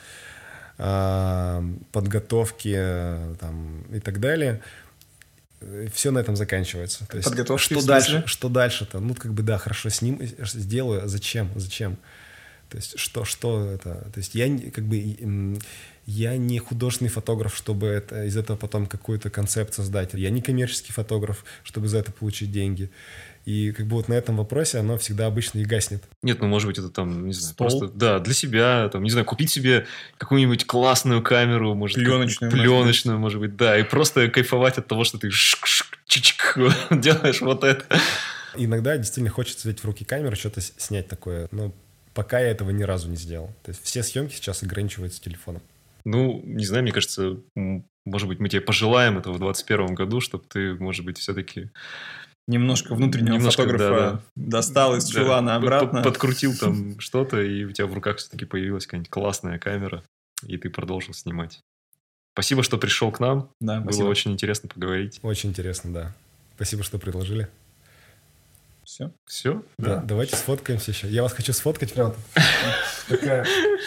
подготовки там, и так далее. Все на этом заканчивается. То есть, подготовки что дальше? Что дальше-то? Ну, как бы, да, хорошо, с ним сделаю. Зачем? Зачем? То есть, что, что это? То есть, я как бы... Я не художественный фотограф, чтобы это, из этого потом какую-то концепцию создать. Я не коммерческий фотограф, чтобы за это получить деньги. И как бы вот на этом вопросе оно всегда обычно и гаснет. Нет, ну, может быть, это там, не знаю, Стол. просто, да, для себя, там, не знаю, купить себе какую-нибудь классную камеру, может, пленочную, как, пленочную, может быть. может быть, да, и просто кайфовать от того, что ты чик-чик делаешь вот это. Иногда действительно хочется взять в руки камеру, что-то снять такое, но пока я этого ни разу не сделал. То есть все съемки сейчас ограничиваются телефоном. Ну, не знаю, мне кажется, может быть, мы тебе пожелаем этого в двадцать первом году, чтобы ты, может быть, все-таки... Немножко внутреннего Немножко, фотографа да, да. достал из чулана да, обратно. Подкрутил там что-то, и у тебя в руках все-таки появилась какая-нибудь классная камера, и ты продолжил снимать. Спасибо, что пришел к нам. Да, Было спасибо. очень интересно поговорить. Очень интересно, да. Спасибо, что предложили. Все? Все? Да. Да. Давайте сфоткаемся еще. Я вас хочу сфоткать прям. Такая...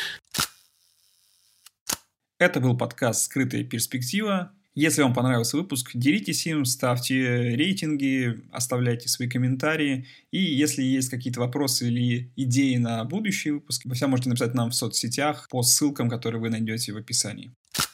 Это был подкаст «Скрытая перспектива». Если вам понравился выпуск, делитесь им, ставьте рейтинги, оставляйте свои комментарии. И если есть какие-то вопросы или идеи на будущий выпуск, вы всегда можете написать нам в соцсетях по ссылкам, которые вы найдете в описании.